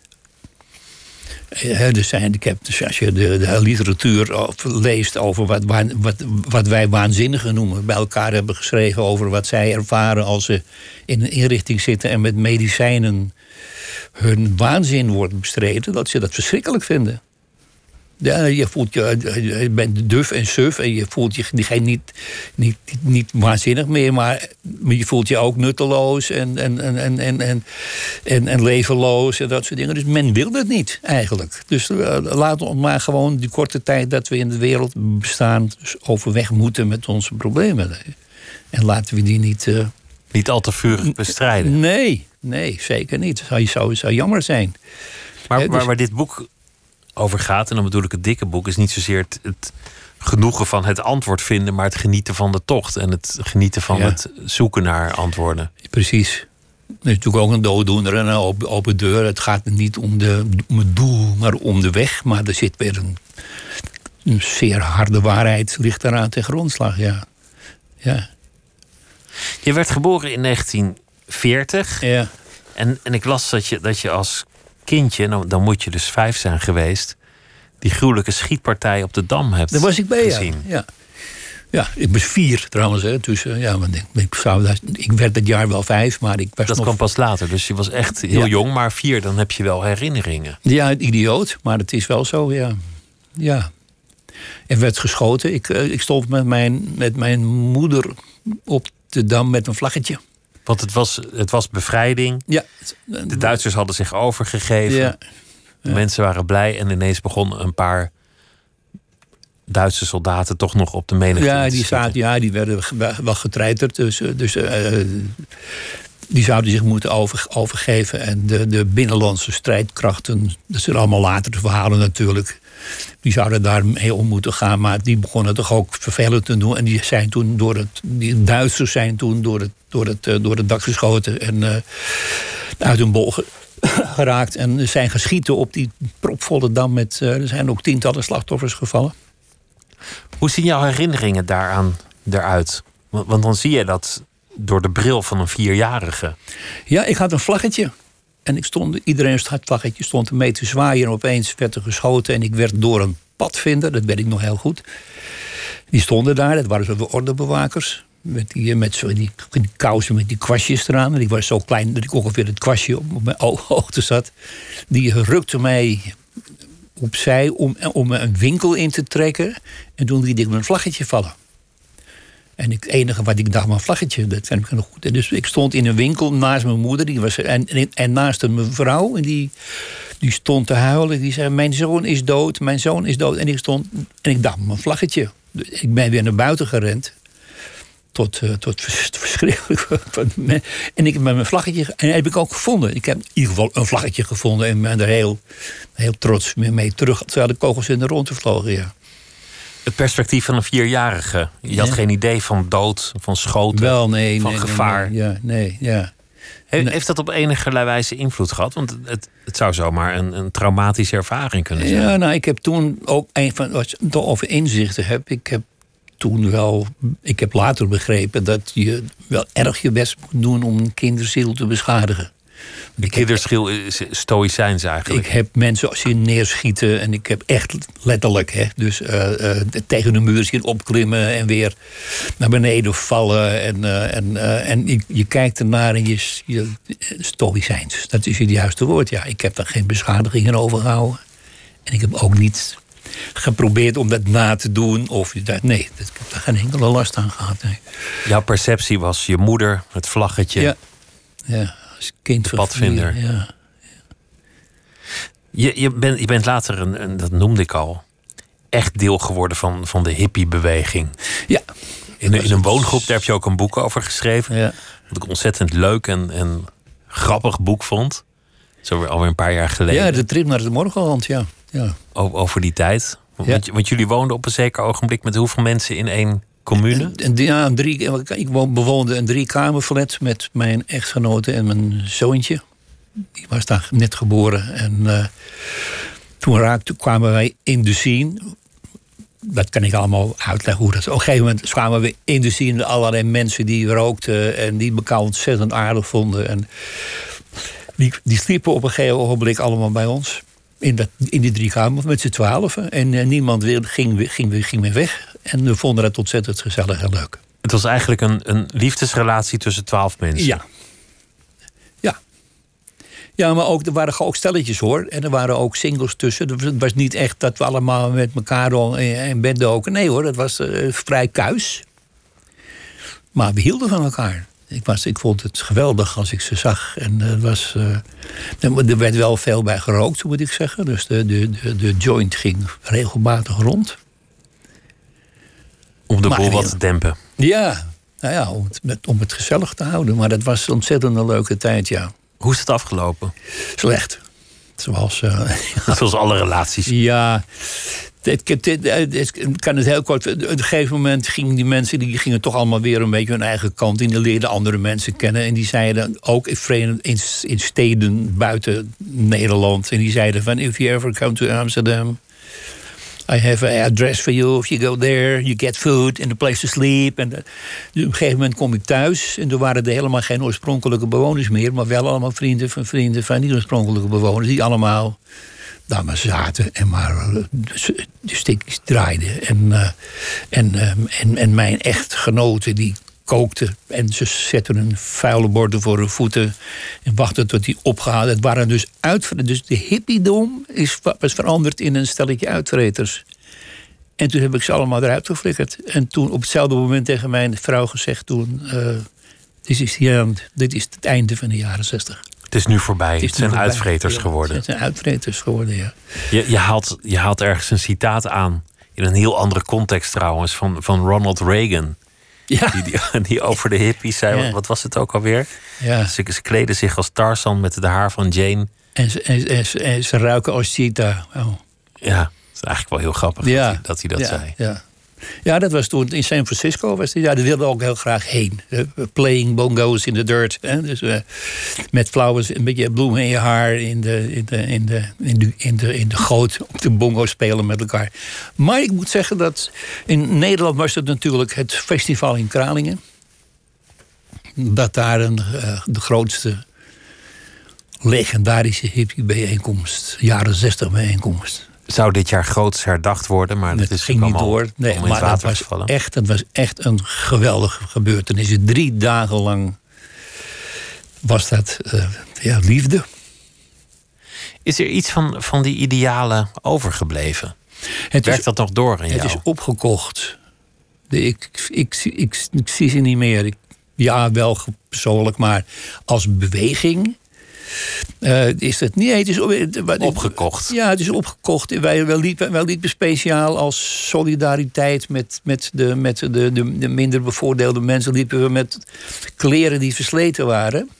Er zijn, ik heb, dus als je de, de literatuur leest over wat, wat, wat wij waanzinnigen noemen, bij elkaar hebben geschreven over wat zij ervaren als ze in een inrichting zitten en met medicijnen hun waanzin wordt bestreden, dat ze dat verschrikkelijk vinden. Ja, je voelt je, je bent duf en suf en je voelt je niet, niet, niet, niet waanzinnig meer, maar je voelt je ook nutteloos en, en, en, en, en, en, en, en levenloos en dat soort dingen. Dus men wil dat niet eigenlijk. Dus uh, laten we maar gewoon die korte tijd dat we in de wereld bestaan, dus overweg moeten met onze problemen. En laten we die niet... Uh, niet al te vurig bestrijden. Nee, nee, zeker niet. Dat zou, zou, zou jammer zijn. Maar, He, dus, maar waar dit boek over gaat, en dan bedoel ik het dikke boek, is niet zozeer het, het genoegen van het antwoord vinden, maar het genieten van de tocht en het genieten van ja. het zoeken naar antwoorden. Precies. Er is natuurlijk ook een dooddoener en een open, open deur. Het gaat niet om, de, om het doel, maar om de weg. Maar er zit weer een, een zeer harde waarheid, ligt daaraan ten grondslag. Ja. Ja. Je werd geboren in negentien veertig. Ja. En, en ik las dat je, dat je als kindje, nou, dan moet je dus vijf zijn geweest, die gruwelijke schietpartij op de Dam hebt gezien. Daar was ik bij, ja. ja. Ja, ik was vier trouwens. Hè. Dus, uh, ja, ik, ik, zou, ik werd dat jaar wel vijf, maar ik was Dat nog... kwam pas later, dus je was echt heel ja. jong. Maar vier, dan heb je wel herinneringen. Ja, idioot, maar het is wel zo, ja. Ja. Er werd geschoten. Ik, uh, ik stond met mijn, met mijn moeder op de Dam met een vlaggetje. Want het was, het was bevrijding. Ja. De Duitsers hadden zich overgegeven. Ja. De ja. mensen waren blij en ineens begonnen een paar Duitse soldaten toch nog op de menigte ja, te die zaten, ja, die werden wel getreiterd. Dus, dus uh, die zouden zich moeten over, overgeven. En de, de binnenlandse strijdkrachten, dat zijn allemaal later de verhalen natuurlijk, die zouden daar mee om moeten gaan. Maar die begonnen toch ook vervelend te doen. En die zijn toen door het, die Duitsers zijn toen door het, door het, door het dak geschoten en uh, uit hun bol geraakt. En zijn geschieten op die propvolle Dam. Met, uh, er zijn ook tientallen slachtoffers gevallen. Hoe zien jouw herinneringen daaraan eruit? Want, want dan zie je dat door de bril van een vierjarige. Ja, ik had een vlaggetje. En ik stond, iedereen had vlaggetje, stond ermee te zwaaien. En opeens werd er geschoten. En ik werd door een padvinder, dat weet ik nog heel goed. Die stonden daar, dat waren zo de ordebewakers. Met die, met zo die, die kousen met die kwastjes eraan. En die was zo klein dat ik ongeveer het kwastje op, op mijn hoogte zat. Die rukte mij opzij om, om me een winkel in te trekken. En toen liet ik mijn vlaggetje vallen. En het enige wat ik dacht, mijn vlaggetje, dat vind ik nog goed. En dus ik stond in een winkel naast mijn moeder. Die was, en, en, en naast een mevrouw. En die, die stond te huilen. Die zei, mijn zoon is dood, mijn zoon is dood. En ik stond, en ik dacht, mijn vlaggetje. Ik ben weer naar buiten gerend. Tot, uh, tot verschrikkelijk. En ik heb mijn vlaggetje, en dat heb ik ook gevonden. Ik heb in ieder geval een vlaggetje gevonden. En ben er heel, heel trots mee terug. Terwijl de kogels in de ronde vlogen, ja. Het perspectief van een vierjarige. Je had ja. geen idee van dood, van schoten, Wel, nee, van nee, gevaar. Nee, nee, ja, nee, ja. He, heeft dat op enige wijze invloed gehad? Want het, het zou zomaar een, een traumatische ervaring kunnen zijn. Ja, nou, ik heb toen ook een van, als je het over inzichten hebt, ik heb toen wel, ik heb later begrepen dat je wel erg je best moet doen om een kinderziel te beschadigen. De kinderziel is stoïcijns eigenlijk. Ik heb mensen zien neerschieten en ik heb echt letterlijk, hè, dus uh, uh, tegen de muur zien opklimmen en weer naar beneden vallen. En, uh, en, uh, en je, je kijkt ernaar en je, je stoïcijns, dat is het juiste woord. Ja, ik heb daar geen beschadigingen over gehouden. En ik heb ook niet geprobeerd om dat na te doen. Of dat, nee, ik heb daar geen enkele last aan gehad. Nee. Jouw perceptie was je moeder, het vlaggetje. Ja, ja, als kind de padvinder. Ja, ja. Je, je, bent, je bent later, een, een, dat noemde ik al, echt deel geworden van, van de hippiebeweging. Ja. In, in een woongroep, daar heb je ook een boek over geschreven. Ja. Wat ik ontzettend leuk en, en grappig boek vond. Zo alweer een paar jaar geleden. Ja, de trip naar het Morgenland, ja. Ja. Over die tijd. Ja. Want, want jullie woonden op een zeker ogenblik met hoeveel mensen in één commune? En, en, ja, een drie, ik woon- bewoonde een driekamerflat met mijn echtgenote en mijn zoontje. Die was daar net geboren. En uh, toen, raakte, kwamen wij in de scene. Dat kan ik allemaal uitleggen hoe dat. Op een gegeven moment kwamen we in de scene allerlei mensen die rookten en die elkaar ontzettend aardig vonden. En die, die sliepen op een gegeven ogenblik allemaal bij ons. In, dat, in die drie kamers met z'n twaalfen. En uh, niemand wil, ging, ging, ging meer weg. En we vonden het ontzettend gezellig en leuk. Het was eigenlijk een, een liefdesrelatie tussen twaalf mensen. Ja. Ja. Ja, maar ook, er waren ook stelletjes hoor. En er waren ook singles tussen. Dus het was niet echt dat we allemaal met elkaar al in, in bed doken. Nee hoor, dat was uh, vrij kuis. Maar we hielden van elkaar. Ik, was, ik vond het geweldig als ik ze zag. En uh, was, uh, er werd wel veel bij gerookt, moet ik zeggen. Dus de, de, de, de joint ging regelmatig rond. Om de Maar boel wat heel- te dempen. Ja, nou ja om, het, met- om het gezellig te houden. Maar dat was ontzettend een leuke tijd, ja. Hoe is het afgelopen? Slecht. Zoals... Uh, Zoals alle relaties. ja... Het, het, het, het- ik kan het heel kort. Op een gegeven moment gingen die mensen die gingen toch allemaal weer een beetje hun eigen kant in. Die leerden andere mensen kennen. En die zeiden ook in, Verenigd- in, in steden buiten Nederland. En die zeiden van: if you ever come to Amsterdam, I have an address for you. If you go there, you get food and a place to sleep. En, uh, dus op een gegeven moment kom ik thuis. En toen waren er helemaal geen oorspronkelijke bewoners meer. Maar wel allemaal vrienden van vrienden van die oorspronkelijke bewoners. Die allemaal daar maar zaten en maar uh, de de stikjes draaiden. En, uh, en, uh, en, en mijn echtgenote die kookte. En ze zetten een vuile borden voor hun voeten. En wachten tot die opgehaald. Het waren dus uitvreters. Dus de hippiedom is, was veranderd in een stelletje uitvreters. En toen heb ik ze allemaal eruit geflikkerd. En toen op hetzelfde moment tegen mijn vrouw gezegd toen... Uh, dit, is die, dit is het einde van de jaren zestig. Het is nu voorbij. Het, Het is zijn nu voorbij. uitvreters Ja, geworden. Het zijn uitvreters geworden, ja. Je, je, haalt, je haalt ergens een citaat aan. In een heel andere context trouwens. Van, van Ronald Reagan. Ja. Die, die, die over de hippies zei. Ja. Wat was het ook alweer? Ja. Ze, ze kleden zich als Tarzan met de haar van Jane. En ze, en, en, ze- en ze ruiken als cheetah. Oh. Ja, dat is eigenlijk wel heel grappig Ja. dat, hij, dat hij dat ja, zei. Ja. ja, dat was toen in San Francisco. Was die, ja, daar wilden we ook heel graag heen. Uh, playing bongos in the dirt. Hè? Dus, uh, met flowers, een beetje bloem in je haar. In de, in, de, in, de, in, de, in, de, in de goot op de bongo spelen met elkaar. Maar ik moet zeggen dat in Nederland was het natuurlijk het festival in Kralingen. Dat daar een, uh, de grootste legendarische hippie-bijeenkomst, jaren zestig bijeenkomst. Zou dit jaar groots herdacht worden, maar dat Het is ging niet allemaal door. Nee, allemaal in maar het dat water was, gevallen. echt, dat was echt een geweldige gebeurtenis. Drie dagen lang was dat uh, ja, liefde. Is er iets van, van die idealen overgebleven? Het Werkt is, dat nog door in het jou? is opgekocht. De, ik, ik, ik, ik, ik zie ze niet meer. Ik, ja, wel ge- persoonlijk, maar als beweging... Uh, is het niet? Het is op- Opgekocht. Ja, het is opgekocht. Wij, wij, liepen, wij liepen speciaal als solidariteit met, met, de, met de, de, de minder bevoordeelde mensen. Liepen we met kleren die versleten waren.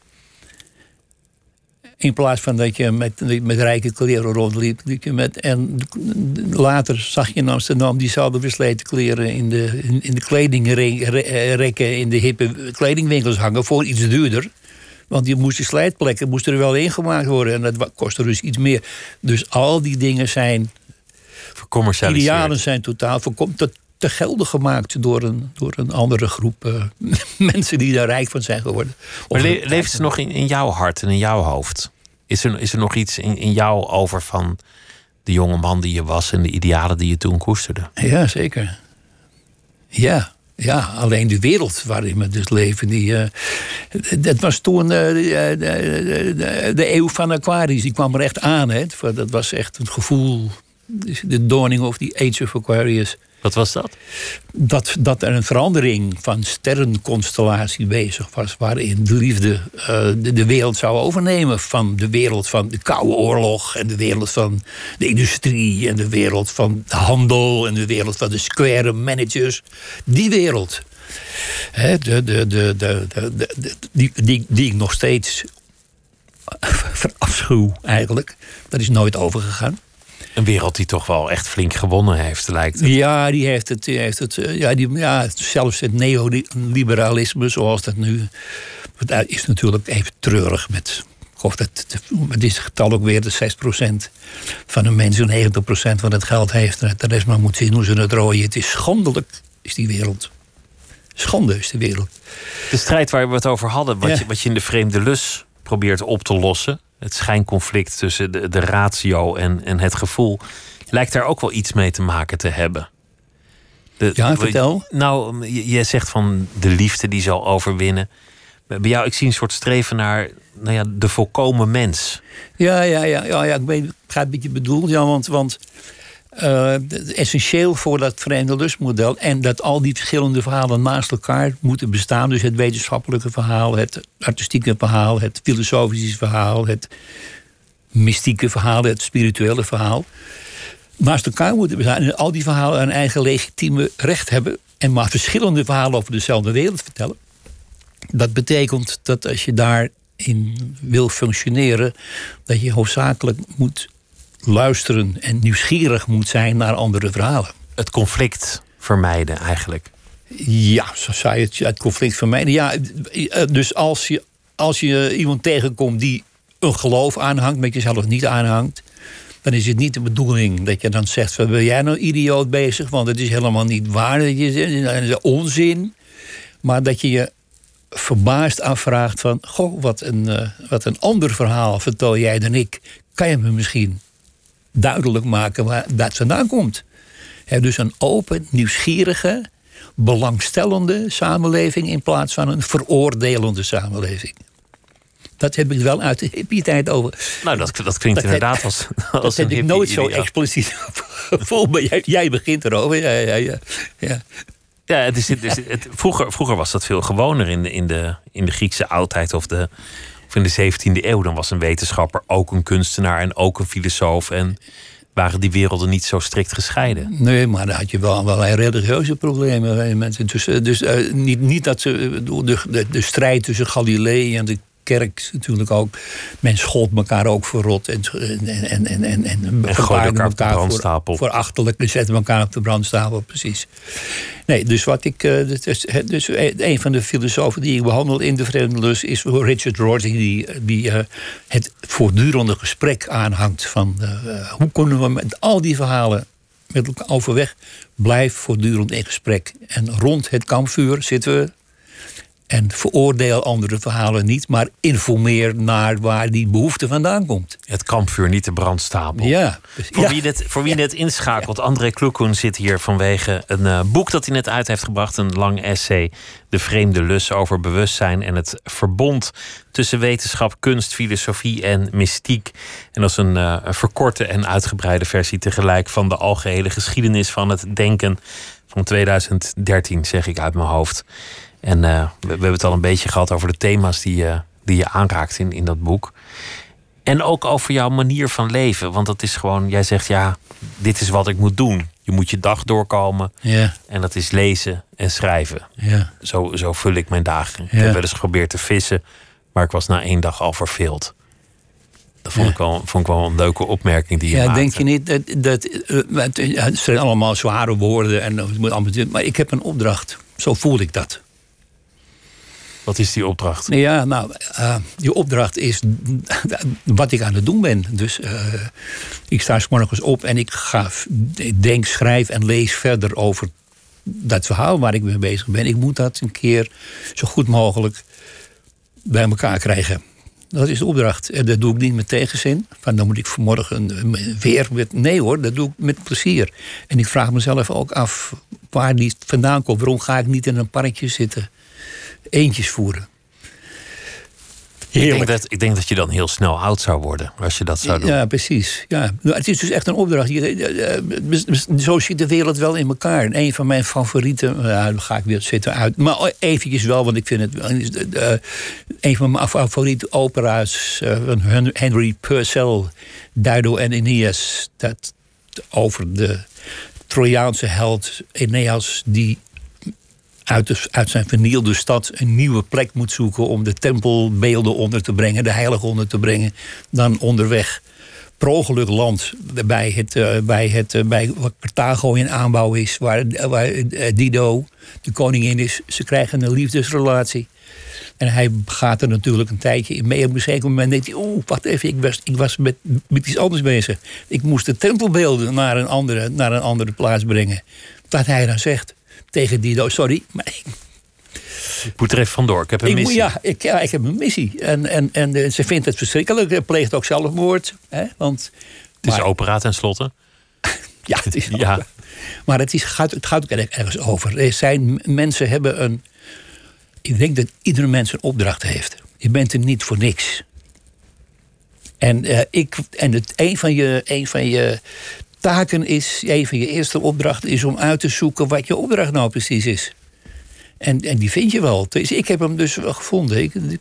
In plaats van dat je met, met rijke kleren rondliep. liep je met, en later zag je in Amsterdam diezelfde versleten kleren in de, in, in de kledingrekken, in de hippe kledingwinkels hangen voor iets duurder. Want die moesten slijtplekken moesten er wel ingemaakt worden. En dat kostte dus iets meer. Dus al die dingen zijn... Vercommercialiseerd. Idealen zijn totaal voorkom- te, te geldig gemaakt door een, door een andere groep uh, mensen die daar rijk van zijn geworden. Maar Of- le- leeft ze nog in, in jouw hart en in jouw hoofd? Is er, is er nog iets in, in jou over van de jonge man die je was en de idealen die je toen koesterde? Ja, zeker. Ja. Ja, alleen de wereld waarin we dus leven. Die, uh, dat was toen uh, de, de, de, de eeuw van Aquarius. Die kwam er echt aan. Hè. Dat was echt een gevoel. De dawning of the age of Aquarius. Wat was dat? Dat, dat er een verandering van sterrenconstellatie bezig was. Waarin de liefde uh, de, de wereld zou overnemen. Van de wereld van de Koude Oorlog. En de wereld van de industrie. En de wereld van de handel. En de wereld van de square managers. Die wereld. He, de, de, de, de, de, de, die, die, die ik nog steeds verafschuw eigenlijk. Dat is nooit overgegaan. Een wereld die toch wel echt flink gewonnen heeft, lijkt het. Ja, die heeft het. Die heeft het ja, die, ja, zelfs het neoliberalisme, zoals dat nu. Dat is natuurlijk even treurig met. Of dat, het is het getal ook weer de zes procent van de mensen, negentig procent van het geld heeft. En de rest maar moet zien hoe ze het rooien. Het is schandelijk, is die wereld. Schande is de wereld. De strijd waar we het over hadden, wat, ja. je, wat je in de vreemde lus probeert op te lossen. Het schijnconflict tussen de, de ratio en, en het gevoel. Lijkt daar ook wel iets mee te maken te hebben. De, Ja, vertel. Nou, je, je zegt van de liefde die zal overwinnen. Bij jou, ik zie een soort streven naar nou ja, de volkomen mens. Ja, ja, ja, ja, ja ik begrijp een beetje bedoeld. Ja, want, want uh, essentieel voor dat vreemde lustmodel... en dat al die verschillende verhalen naast elkaar moeten bestaan... dus het wetenschappelijke verhaal, het artistieke verhaal... het filosofische verhaal, het mystieke verhaal... het spirituele verhaal... naast elkaar moeten bestaan. En al die verhalen een eigen legitieme recht hebben... en maar verschillende verhalen over dezelfde wereld vertellen. Dat betekent dat als je daarin wil functioneren... dat je hoofdzakelijk moet luisteren en nieuwsgierig moet zijn naar andere verhalen. Het conflict vermijden eigenlijk. Ja, zo zou je het, het conflict vermijden. Ja, dus als je, als je iemand tegenkomt die een geloof aanhangt... met jezelf niet aanhangt... dan is het niet de bedoeling dat je dan zegt... van, ben jij nou idioot bezig? Want het is helemaal niet waar. Dat is onzin. Maar dat je je verbaasd afvraagt van... goh, wat een, uh, wat een ander verhaal vertel jij dan ik. Kan je me misschien duidelijk maken waar dat vandaan komt? He, dus een open, nieuwsgierige, belangstellende samenleving... in plaats van een veroordelende samenleving. Dat heb ik wel uit de hippie-tijd over. Nou, dat, dat klinkt dat inderdaad heb, als, als dat een heb ik nooit zo expliciet gevoeld. Maar jij, jij begint erover. Ja, ja, ja, ja. Ja, het is, het is, het, vroeger, vroeger was dat veel gewoner in de, in de, in de Griekse oudheid of, de, of in de zeventiende eeuw. Dan was een wetenschapper ook een kunstenaar en ook een filosoof. En waren die werelden niet zo strikt gescheiden. Nee, maar dan had je wel allerlei religieuze problemen. Mensen. Dus, dus uh, niet, niet dat ze de, de, de strijd tussen Galilei en de kerk natuurlijk ook. Men schold elkaar ook voor rot. En, en, en, en, en, en, en gooide elkaar op de brandstapel. Voor, voor achterlijk. En zetten elkaar op de brandstapel, precies. Nee, dus wat ik. Dus, dus een van de filosofen die ik behandel in de vreemde lust is Richard Rorty, die, die uh, het voortdurende gesprek aanhangt van uh, hoe kunnen we met al die verhalen met elkaar overweg blijf voortdurend in gesprek. En rond het kampvuur zitten we. En veroordeel andere verhalen niet, maar informeer naar waar die behoefte vandaan komt. Het kampvuur, niet de brandstapel. Ja. Voor, ja. Wie, net, voor wie net inschakelt, André Kloekoen zit hier vanwege een uh, boek dat hij net uit heeft gebracht. Een lang essay, De vreemde lus, over bewustzijn en het verbond tussen wetenschap, kunst, filosofie en mystiek. En dat is een, uh, een verkorte en uitgebreide versie tegelijk van de algehele geschiedenis van het denken van tweeduizend dertien, zeg ik uit mijn hoofd. En uh, we, we hebben het al een beetje gehad over de thema's die, uh, die je aanraakt in, in dat boek. En ook over jouw manier van leven. Want dat is gewoon, jij zegt ja, dit is wat ik moet doen. Je moet je dag doorkomen. Ja. En dat is lezen en schrijven. Ja. Zo, zo vul ik mijn dagen. Ja. Ik heb wel eens geprobeerd te vissen, maar ik was na één dag al verveeld. Dat vond, ja. ik wel, vond ik wel een leuke opmerking die je ja, maakte. Denk je niet dat... dat uh, het zijn allemaal zware woorden. En, het moet allemaal, maar ik heb een opdracht. Zo voel ik dat. Wat is die opdracht? Ja, nou, uh, die opdracht is wat ik aan het doen ben. Dus uh, ik sta 's morgens op en ik ga, ik denk, schrijf en lees verder over dat verhaal waar ik mee bezig ben. Ik moet dat een keer zo goed mogelijk bij elkaar krijgen. Dat is de opdracht. En dat doe ik niet met tegenzin. Van, dan moet ik vanmorgen weer met... Nee hoor, dat doe ik met plezier. En ik vraag mezelf ook af waar die vandaan komt. Waarom ga ik niet in een parkje zitten? Eentjes voeren. Ik denk, dat, ik denk dat je dan heel snel oud zou worden als je dat zou doen. Ja, precies. Ja. Het is dus echt een opdracht. Zo ziet de wereld wel in elkaar. En een van mijn favorieten... Ja, dan ga ik weer zitten uit. Maar eventjes wel, want ik vind het... Uh, een van mijn favoriete opera's van uh, Henry Purcell, Dido en Aeneas. Dat over de Trojaanse held Aeneas die Uit, de, uit zijn vernielde stad een nieuwe plek moet zoeken om de tempelbeelden onder te brengen, de heilige onder te brengen. Dan onderweg per ongeluk landt bij, het, uh, bij, het, uh, bij wat Carthago in aanbouw is, waar, waar uh, Dido de koningin is. Ze krijgen een liefdesrelatie. En hij gaat er natuurlijk een tijdje in mee. Op een zeker moment denkt hij, oeh, wacht even, ik was, ik was met, met iets anders bezig. Ik moest de tempelbeelden naar een andere, naar een andere plaats brengen. Wat hij dan zegt tegen Dido, sorry, maar ik, ik moet er even vandoor, ik heb een ik, missie. Ja ik, ja, ik heb een missie. En, en, en uh, ze vindt het verschrikkelijk, pleegt ook zelfmoord. Hè, want, het is maar, opera tenslotte. Ja, het is ja. opera. Maar het, is, gaat, het gaat ook ergens over. Er zijn, mensen hebben een... Ik denk dat iedere mens een opdracht heeft. Je bent er niet voor niks. En, uh, ik, en het, een, van je, een van je taken is... Een van je eerste opdrachten is om uit te zoeken... wat je opdracht nou precies is. En, en die vind je wel. Dus ik heb hem dus wel gevonden. Ik, dat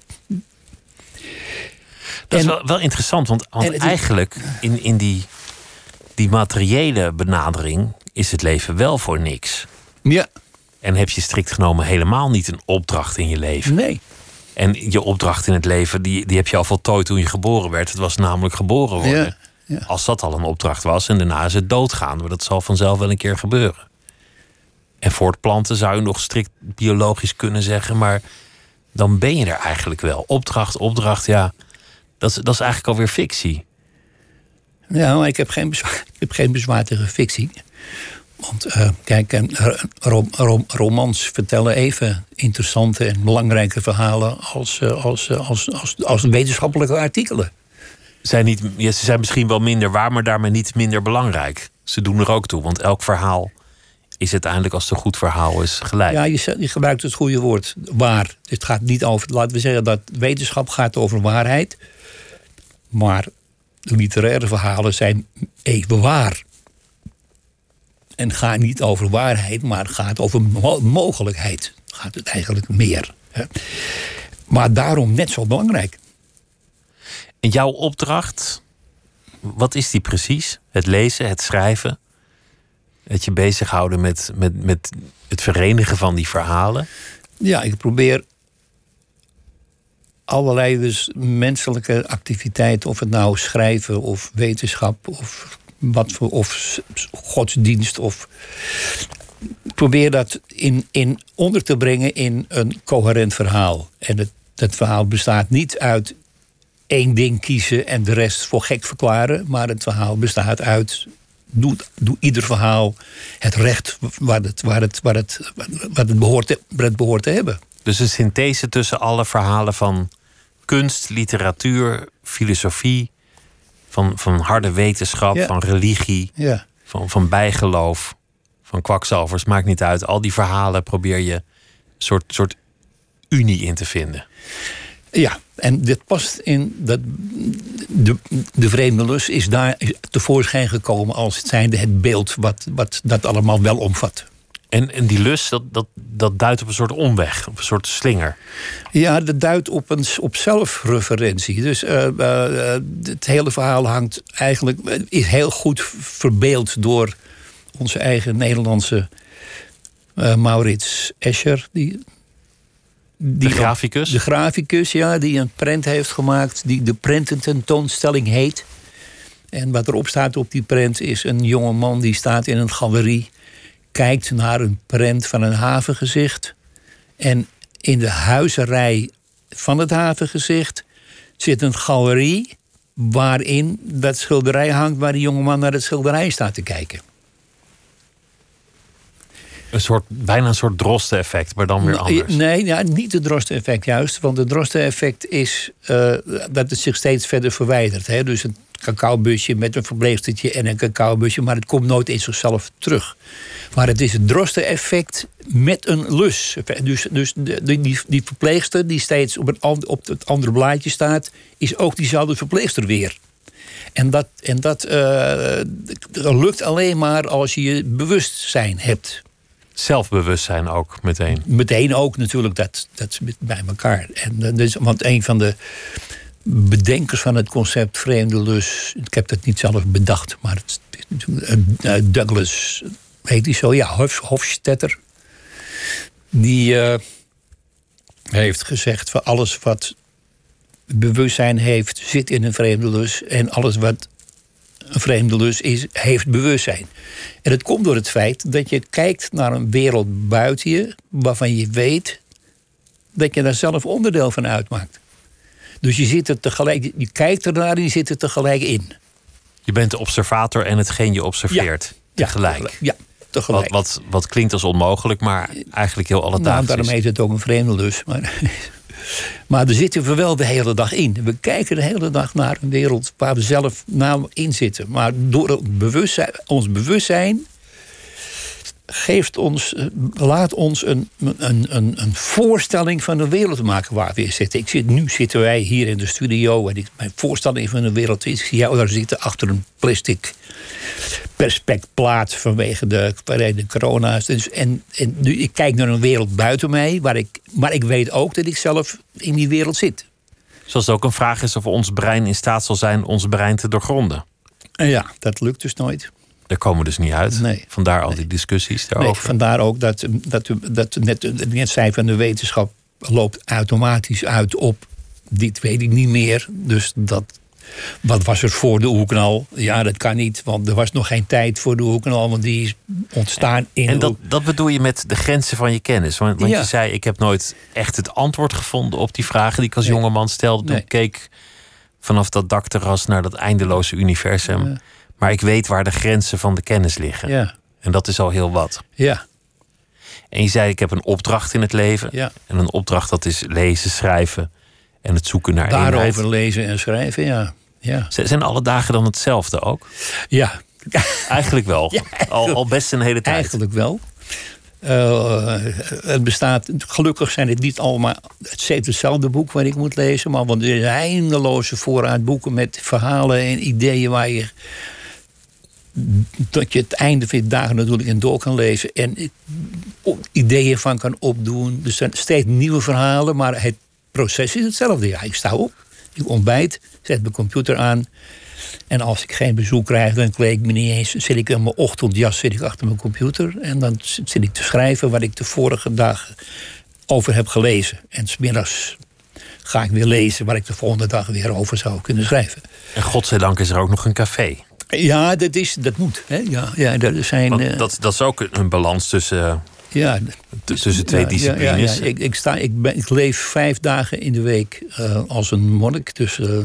en, is wel, wel interessant. Want, want eigenlijk in, in die, die materiële benadering... is het leven wel voor niks. Ja. En heb je strikt genomen helemaal niet een opdracht in je leven. Nee. En je opdracht in het leven, die, die heb je al voltooid toen je geboren werd. Het was namelijk geboren worden. Ja, ja. Als dat al een opdracht was. En daarna is het doodgaan. Maar dat zal vanzelf wel een keer gebeuren. En voortplanten zou je nog strikt biologisch kunnen zeggen. Maar dan ben je er eigenlijk wel. Opdracht, opdracht, ja. Dat is, dat is eigenlijk alweer fictie. Ja, maar ik heb geen bezwaar, ik heb geen bezwaar tegen fictie. Want uh, kijk, rom, rom, romans vertellen even interessante en belangrijke verhalen als, uh, als, uh, als, als, als wetenschappelijke artikelen. Zijn niet, ja, ze zijn misschien wel minder waar, maar daarmee niet minder belangrijk. Ze doen er ook toe, want elk verhaal is uiteindelijk, als het een goed verhaal is, gelijk. Ja, je, je gebruikt het goede woord, waar. Het gaat niet over, laten we zeggen dat wetenschap gaat over waarheid. Maar literaire verhalen zijn even waar. En gaat niet over waarheid, maar het gaat over mo- mogelijkheid. Gaat het eigenlijk meer. Hè? Maar daarom net zo belangrijk. En jouw opdracht, wat is die precies? Het lezen, het schrijven? Het je bezighouden met, met, met het verenigen van die verhalen? Ja, ik probeer allerlei dus menselijke activiteiten... of het nou schrijven of wetenschap of... Wat voor, of godsdienst. Of, ik probeer dat in, in onder te brengen in een coherent verhaal. En het, het verhaal bestaat niet uit één ding kiezen en de rest voor gek verklaren. Maar het verhaal bestaat uit. Doe, doe ieder verhaal het recht waar het, waar het, waar het, waar het, behoort, te, waar het behoort te hebben. Dus een synthese tussen alle verhalen van kunst, literatuur, filosofie. Van, van harde wetenschap, ja. van religie, ja. van, van bijgeloof, van kwakzalvers, maakt niet uit. Al die verhalen probeer je een soort, soort unie in te vinden. Ja, en dit past in dat de, de vreemde lust is daar tevoorschijn gekomen als het zijnde het beeld wat, wat dat allemaal wel omvat. En, en die lust, dat, dat, dat duidt op een soort omweg, op een soort slinger. Ja, dat duidt op, een, op zelfreferentie. Dus uh, uh, het hele verhaal hangt eigenlijk, is heel goed verbeeld door onze eigen Nederlandse uh, Maurits Escher. Die, die de graficus? De graficus, ja, die een prent heeft gemaakt die de prentententoonstelling heet. En wat erop staat op die prent is een jonge man die staat in een galerie, kijkt naar een prent van een havengezicht. En in de huizerij van het havengezicht zit een galerie waarin dat schilderij hangt waar die jongeman naar het schilderij staat te kijken. Een soort, bijna een soort Drosten-effect, maar dan weer anders. Nee, ja, niet het Drosten-effect juist. Want het Drosten-effect is uh, dat het zich steeds verder verwijdert. Hè? Dus een cacaobusje met een verpleegstertje en een cacaobusje, maar het komt nooit in zichzelf terug. Maar het is het Drosten-effect met een lus. Dus, dus de, die, die verpleegster die steeds op, een, op het andere blaadje staat, is ook diezelfde verpleegster weer. En dat, en dat uh, lukt alleen maar als je je bewustzijn hebt. Zelfbewustzijn ook meteen. Meteen ook natuurlijk, dat, dat is bij elkaar. En, dus, want een van de bedenkers van het concept vreemde lust, ik heb dat niet zelf bedacht, maar het, uh, Douglas, heet hij zo? Ja, Hofstadter. Die uh, heeft gezegd van alles wat bewustzijn heeft, zit in een vreemde lust. En alles wat een vreemde lust is, heeft bewustzijn. En dat komt door het feit dat je kijkt naar een wereld buiten je, waarvan je weet dat je daar zelf onderdeel van uitmaakt. Dus je zit er tegelijk, je kijkt ernaar en je zit er tegelijk in. Je bent de observator en hetgeen je observeert. Ja, tegelijk. Ja, tegelijk. Wat, wat, wat klinkt als onmogelijk, maar eigenlijk heel alledaags nou, daarom is. heet het ook een vreemde lust. Maar, maar daar zitten we wel de hele dag in. We kijken de hele dag naar een wereld waar we zelf nou in zitten. Maar door het bewustzijn, ons bewustzijn geeft ons, laat ons een, een, een, een voorstelling van de wereld maken waar we in zitten. Ik zit, nu zitten wij hier in de studio en ik, mijn voorstelling van de wereld is, ik zie jou daar zitten achter een plastic perspectplaat vanwege de, de corona's. Dus, en, en nu, ik kijk naar een wereld buiten mij, waar ik, maar ik weet ook dat ik zelf in die wereld zit. Zoals het ook een vraag is of ons brein in staat zal zijn ons brein te doorgronden. En ja, dat lukt dus nooit. Daar komen we dus niet uit. Nee. Vandaar al Nee. die discussies daarover. Nee, vandaar ook dat, dat, dat net, net zei van de wetenschap loopt automatisch uit op dit weet ik niet meer. Dus dat, wat was er voor de oerknal? Ja, dat kan niet, want er was nog geen tijd voor de oerknal, want die is ontstaan in En de dat, dat bedoel je met de grenzen van je kennis. Want, want Ja. je zei, ik heb nooit echt het antwoord gevonden op die vragen die ik als Nee. jongeman stelde. Toen Nee. ik keek vanaf dat dakterras naar dat eindeloze universum. Ja. Maar ik weet waar de grenzen van de kennis liggen. Ja, En dat is al heel wat. ja, En je zei, ik heb een opdracht in het leven. ja. En een opdracht, dat is lezen, schrijven en het zoeken naar Daarover eenheid. lezen en schrijven, ja. Ja, Z- Zijn alle dagen dan hetzelfde ook? ja. Eigenlijk wel. Ja, al, al best een hele tijd. Eigenlijk wel. Uh, het bestaat, gelukkig zijn het niet allemaal het hetzelfde boek waar ik moet lezen, maar want er is een eindeloze voorraad boeken met verhalen en ideeën waar je dat je het einde van je dagen natuurlijk in door kan lezen en ideeën van kan opdoen. Dus er zijn steeds nieuwe verhalen, maar het proces is hetzelfde. Ja, ik sta op, ik ontbijt, zet mijn computer aan. En als ik geen bezoek krijg, dan kleed ik me niet eens. Zit ik in mijn ochtendjas zit ik achter mijn computer. En dan zit ik te schrijven wat ik de vorige dag over heb gelezen. En 's middags ga ik weer lezen waar ik de volgende dag weer over zou kunnen schrijven. En godzijdank is er ook nog een café. Ja, dat, is, dat moet. Hè? Ja, ja, er zijn, Want eh, dat, dat is ook een balans tussen, eh, ja, t- tussen twee ja, disciplines. Ja, ja, Ik, ik, sta, ik, ben, ik leef vijf dagen in de week uh, als een monnik. Dus uh,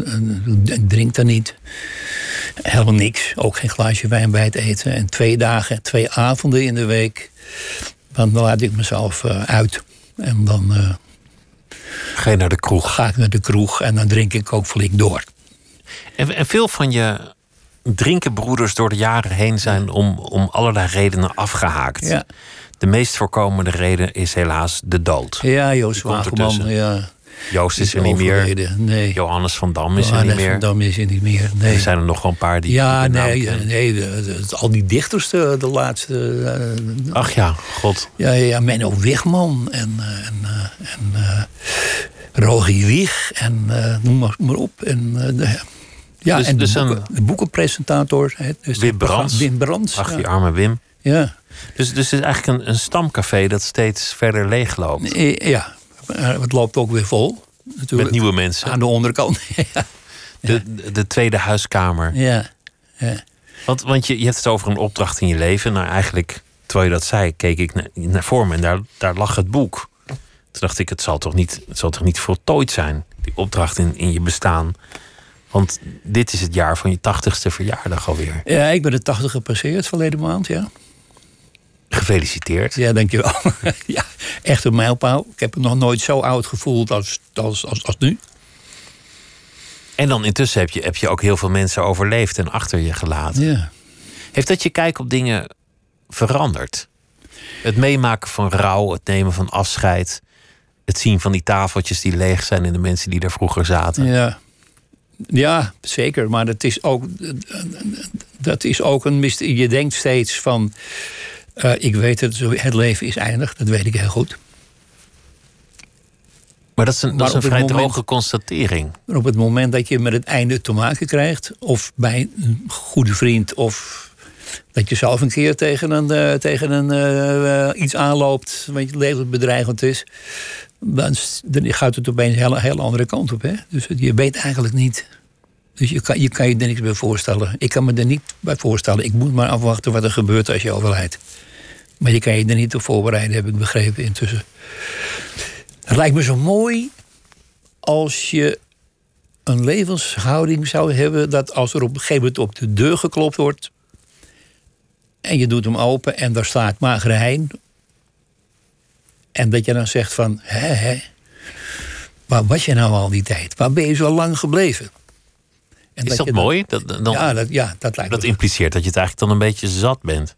ik drink dan niet. Helemaal niks. Ook geen glaasje wijn bij het eten. En twee dagen, twee avonden in de week. Dan laat ik mezelf uh, uit. En dan uh, Ga je naar de kroeg. ga ik naar de kroeg. En dan drink ik ook flink door. En, en veel van je drinkenbroeders door de jaren heen zijn om, om allerlei redenen afgehaakt. Ja, De meest voorkomende reden is helaas de dood. ja Joost Die komt Wageman. ertussen. Ja, Joost is is er niet meer. overleden. Nee. Johannes van Dam is er Johannes niet meer. van Dam is er niet meer. Nee. Er zijn er nog wel een paar die. Ja, die de naam nee, kennen. nee de, de- de- al die dichters, de, de laatste. eh, Ach ja, god. ja, ja, Menno Wigman en, eh, en, eh, en eh, Rogier Wieg en eh, noem maar, maar op. En, eh, de, ja, Dus- en de, dus een- boeken, de boekenpresentator. Hè, dus Wim de- Brands. Wim Brands. Ach, die ja. arme Wim. Ja. Dus, dus het is eigenlijk een, een stamcafé dat steeds verder leegloopt. Eh, ja, Eh, het loopt ook weer vol. Natuurlijk. Met nieuwe mensen. Aan de onderkant. ja. De, de tweede huiskamer. Ja. Ja. Want, want je, je hebt het over een opdracht in je leven. Nou, eigenlijk, terwijl je dat zei, keek ik naar, naar voor me en daar, daar lag het boek. Toen dacht ik, het zal toch niet, het zal toch niet voltooid zijn, die opdracht in, in je bestaan. Want dit is het jaar van je tachtigste verjaardag alweer. Ja, ik ben de tachtig gepasseerd verleden maand, ja. Gefeliciteerd. Ja, dankjewel. ja, echt een mijlpaal. Ik heb me nog nooit zo oud gevoeld als, als, als, als nu. En dan intussen heb je, heb je ook heel veel mensen overleefd en achter je gelaten. Ja. Heeft dat je kijk op dingen veranderd? Het meemaken van rouw, het nemen van afscheid, het zien van die tafeltjes die leeg zijn en de mensen die daar vroeger zaten. Ja. Ja, zeker. Maar dat is ook, dat is ook een mist. Je denkt steeds van, uh, ik weet het, het leven is eindig. Dat weet ik heel goed. Maar dat is een, dat is Maar een op vrij het moment- droge constatering. Maar op het moment dat je met het einde te maken krijgt, of bij een goede vriend, of dat je zelf een keer tegen een, uh, tegen een uh, iets aanloopt wat je levensbedreigend is, dan, dan gaat het opeens een hele, hele andere kant op. Hè? Dus je weet eigenlijk niet. Dus je kan, je kan je er niks bij voorstellen. Ik kan me er niet bij voorstellen. Ik moet maar afwachten wat er gebeurt als je overlijdt. Maar je kan je er niet op voorbereiden, heb ik begrepen intussen. Het lijkt me zo mooi als je een levenshouding zou hebben... dat als er op een gegeven moment op de deur geklopt wordt... en je doet hem open en daar staat Magere Hein... en dat je dan zegt van... hè, hè, waar was je nou al die tijd? Waar ben je zo lang gebleven? En Is dat, dat je mooi? Dat, dan, ja, dat, ja, dat lijkt dat me... impliceert dat je het eigenlijk dan een beetje zat bent.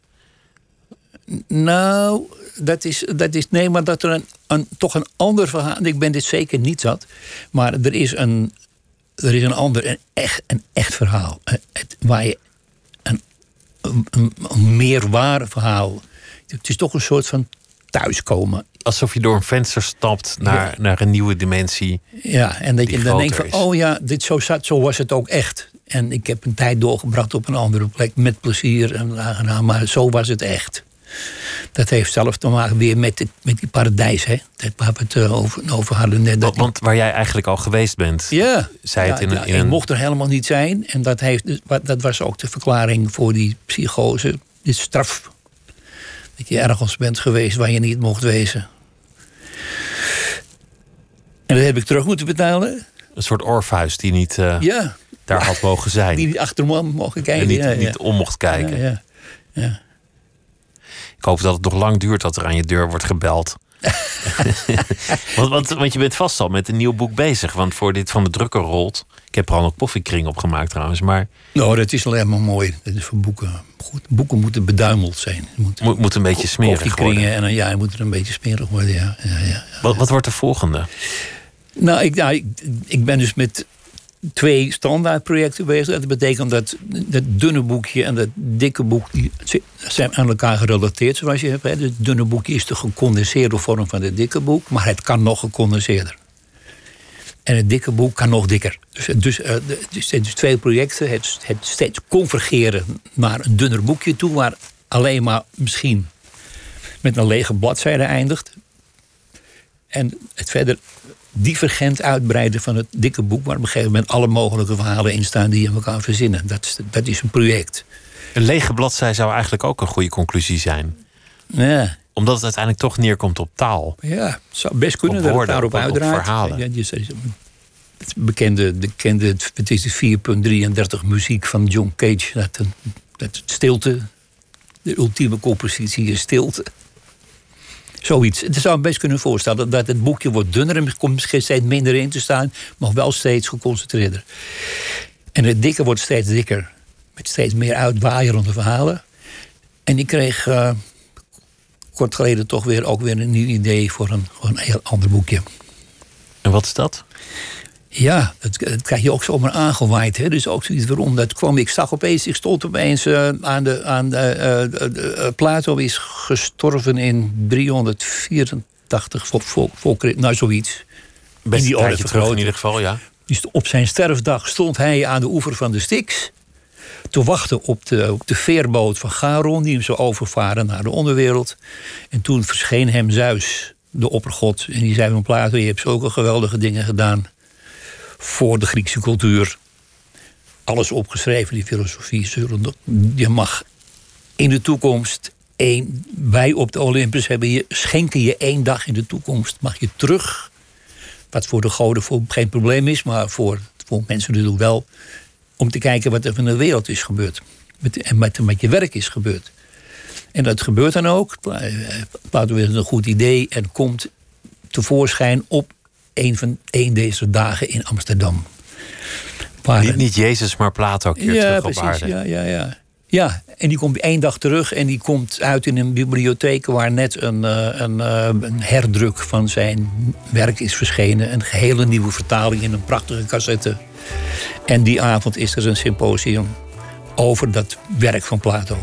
Nou, dat is, dat is... Nee, maar dat er een, een, toch een ander verhaal... Ik ben dit zeker niet zat. Maar er is een, er is een ander, een echt, een echt verhaal. Het, waar je een, een, een meer waar verhaal... Het is toch een soort van thuiskomen. Alsof je door een venster stapt naar, Ja. naar een nieuwe dimensie. Ja, en dat die je dan denkt groter van... is. oh ja, dit zo, zat, zo was het ook echt. En ik heb een tijd doorgebracht op een andere plek... met plezier en aangenaam, maar zo was het echt. Dat heeft zelf te maken weer met, het, met die paradijs, hè? Dat waar we het uh, over, over hadden net. Want, want waar jij eigenlijk al geweest bent, Ja, zei het ja, in een... ja, in ik een... mocht er helemaal niet zijn. En dat, heeft, dus- wat- dat was ook de verklaring voor die psychose. Dit straf. Dat je ergens bent geweest waar je niet mocht wezen. En dat heb ik terug moeten betalen. Een soort orpheus die niet uh, Ja. daar had mogen zijn. Die niet achter me mogen kijken. en niet, ja, ja. niet om mocht kijken. Ja, ja. Ja. Ik hoop dat het nog lang duurt dat er aan je deur wordt gebeld. want, want, want je bent vast al met een nieuw boek bezig. Want voor dit van de drukker rolt... Ik heb er al een koffiekring op gemaakt trouwens. Maar Nou, dat is alleen maar mooi. Dat is voor boeken. Goed, boeken moeten beduimeld zijn. moet, moet, moet een beetje smerig worden. Koffiekringen en dan, ja, het moet er een beetje smerig worden, ja. ja, ja, ja. Wat, wat wordt de volgende? Nou, ik, nou ik, ik ben dus met twee standaardprojecten bezig. Dat betekent dat dat dunne boekje en dat dikke boek... die zijn aan elkaar gerelateerd, zoals je hebt. Hè. Het dunne boekje is de gecondenseerde vorm van het dikke boek... maar het kan nog gecondenseerder. En het dikke boek kan nog dikker. Dus, dus, uh, dus, dus twee projecten. Het, het steeds convergeren naar een dunner boekje toe... waar alleen maar misschien met een lege bladzijde eindigt. En het verder divergent uitbreiden van het dikke boek... waar op een gegeven moment alle mogelijke verhalen in staan... die je elkaar verzinnen. Dat is, dat is een project. Een lege bladzij zou eigenlijk ook een goede conclusie zijn. Ja. Omdat het uiteindelijk toch neerkomt op taal. Ja, het zou best kunnen Op dat woorden, het daarop op- op uitdraait. verhalen. Ja, je zei- het bekende, bekende, het is de vier punt drieëndertig muziek van John Cage. Dat, een- dat stilte, de ultieme compositie is stilte. Zoiets. Het zou me best kunnen voorstellen dat het boekje wordt dunner... en er komt misschien steeds minder in te staan... maar wel steeds geconcentreerder. En het dikke wordt steeds dikker. Met steeds meer uitwaaierende verhalen. En ik kreeg... Uh, kort geleden toch weer ook weer een nieuw idee voor een, voor een heel ander boekje. En wat is dat? Ja, dat, dat krijg je ook zomaar aangewaaid. Hè? Dus ook zoiets waarom dat kwam. Ik zag opeens, ik stond opeens uh, aan de... Aan de uh, uh, uh, Plato is gestorven in driehonderdvierentachtig voor, voor, voor, nou zoiets. Best die een tijdje orde terug in vergroten. ieder geval, ja. Dus op zijn sterfdag stond hij aan de oever van de Styx... te wachten op de, op de veerboot van Charon... die hem zou overvaren naar de onderwereld. En toen verscheen hem Zeus, de oppergod. En die zei van Plato, je hebt zulke geweldige dingen gedaan... voor de Griekse cultuur. Alles opgeschreven, die filosofie. Je mag in de toekomst... Één, wij op de Olympus hebben je, schenken je één dag in de toekomst. Mag je terug... Wat voor de goden voor geen probleem is, maar voor, voor mensen natuurlijk wel... om te kijken wat er van de wereld is gebeurd. Met, en wat er met je werk is gebeurd. En dat gebeurt dan ook. Plato heeft een goed idee en komt tevoorschijn op een van een deze dagen in Amsterdam. Waar, Niet, niet Jezus, maar Plato keert ja, terug precies, op aarde. Ja, ja, ja. Ja, en die komt één dag terug en die komt uit in een bibliotheek... waar net een, een, een herdruk van zijn werk is verschenen. Een gehele nieuwe vertaling in een prachtige cassette. En die avond is er een symposium over dat werk van Plato.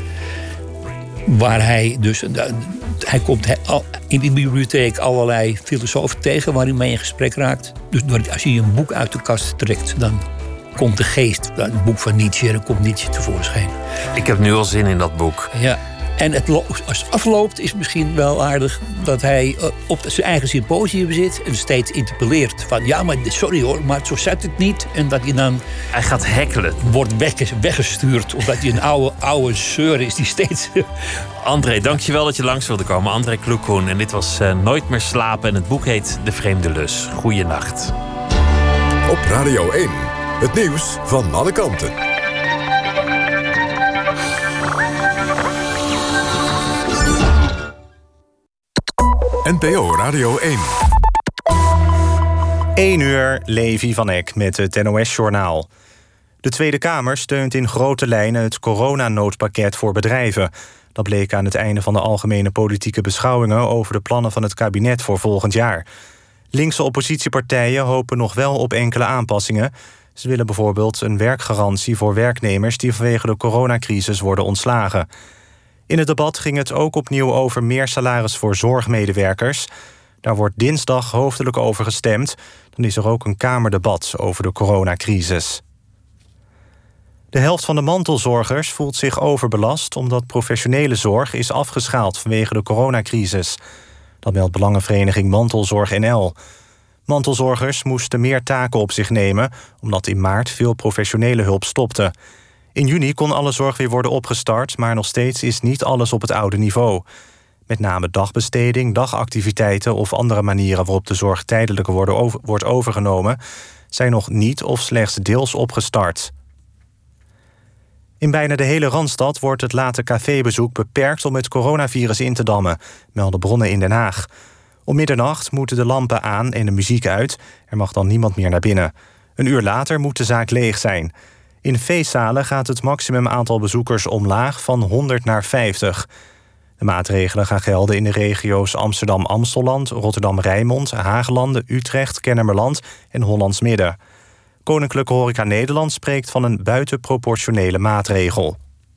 Waar hij dus... Hij komt in die bibliotheek allerlei filosofen tegen... waar hij mee in gesprek raakt. Dus als je een boek uit de kast trekt... dan komt de geest, het boek van Nietzsche... dan komt Nietzsche tevoorschijn. Ik heb nu al zin in dat boek. Ja. En het lo- als het afloopt is misschien wel aardig dat hij uh, op zijn eigen symposium zit en steeds interpelleert van ja, maar sorry hoor, maar zo zat het niet. En dat hij dan Hij gaat hekkelen. wordt weg, weggestuurd omdat hij een oude, oude zeur is die steeds... André, dankjewel dat je langs wilde komen. André Kloekhoen. En dit was uh, Nooit meer slapen. En het boek heet De Vreemde Lus. Goeienacht. Op Radio één. Het nieuws van alle kanten. N P O Radio één. één uur, Levi van Eck met het N O S-journaal. De Tweede Kamer steunt in grote lijnen het coronanoodpakket voor bedrijven. Dat bleek aan het einde van de algemene politieke beschouwingen over de plannen van het kabinet voor volgend jaar. Linkse oppositiepartijen hopen nog wel op enkele aanpassingen. Ze willen bijvoorbeeld een werkgarantie voor werknemers die vanwege de coronacrisis worden ontslagen. In het debat ging het ook opnieuw over meer salaris voor zorgmedewerkers. Daar wordt dinsdag hoofdelijk over gestemd. Dan is er ook een kamerdebat over de coronacrisis. De helft van de mantelzorgers voelt zich overbelast omdat professionele zorg is afgeschaald vanwege de coronacrisis. Dat meldt belangenvereniging Mantelzorg N L. Mantelzorgers moesten meer taken op zich nemen omdat in maart veel professionele hulp stopte. In juni kon alle zorg weer worden opgestart, maar nog steeds is niet alles op het oude niveau. Met name dagbesteding, dagactiviteiten of andere manieren waarop de zorg tijdelijk worden over, wordt overgenomen, zijn nog niet of slechts deels opgestart. In bijna de hele Randstad wordt het late cafébezoek beperkt om het coronavirus in te dammen, melden bronnen in Den Haag. Om middernacht moeten de lampen aan en de muziek uit. Er mag dan niemand meer naar binnen. Een uur later moet de zaak leeg zijn. In feestzalen gaat het maximum aantal bezoekers omlaag van honderd naar vijftig. De maatregelen gaan gelden in de regio's Amsterdam-Amstelland, Rotterdam-Rijnmond, Haaglanden, Utrecht, Kennemerland en Hollands Midden. Koninklijke Horeca Nederland spreekt van een buitenproportionele maatregel.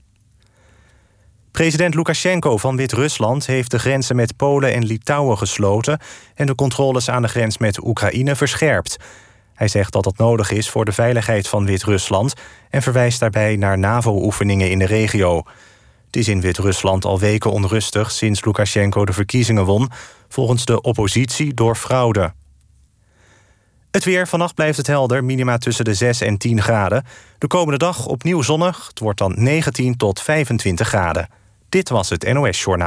President Lukasjenko van Wit-Rusland heeft de grenzen met Polen en Litouwen gesloten en de controles aan de grens met Oekraïne verscherpt. Hij zegt dat dat nodig is voor de veiligheid van Wit-Rusland en verwijst daarbij naar NAVO-oefeningen in de regio. Het is in Wit-Rusland al weken onrustig sinds Lukasjenko de verkiezingen won, volgens de oppositie door fraude. Het weer, vannacht blijft het helder, minima tussen de zes en tien graden. De komende dag opnieuw zonnig, het wordt dan negentien tot vijfentwintig graden. Dit was het N O S-journaal.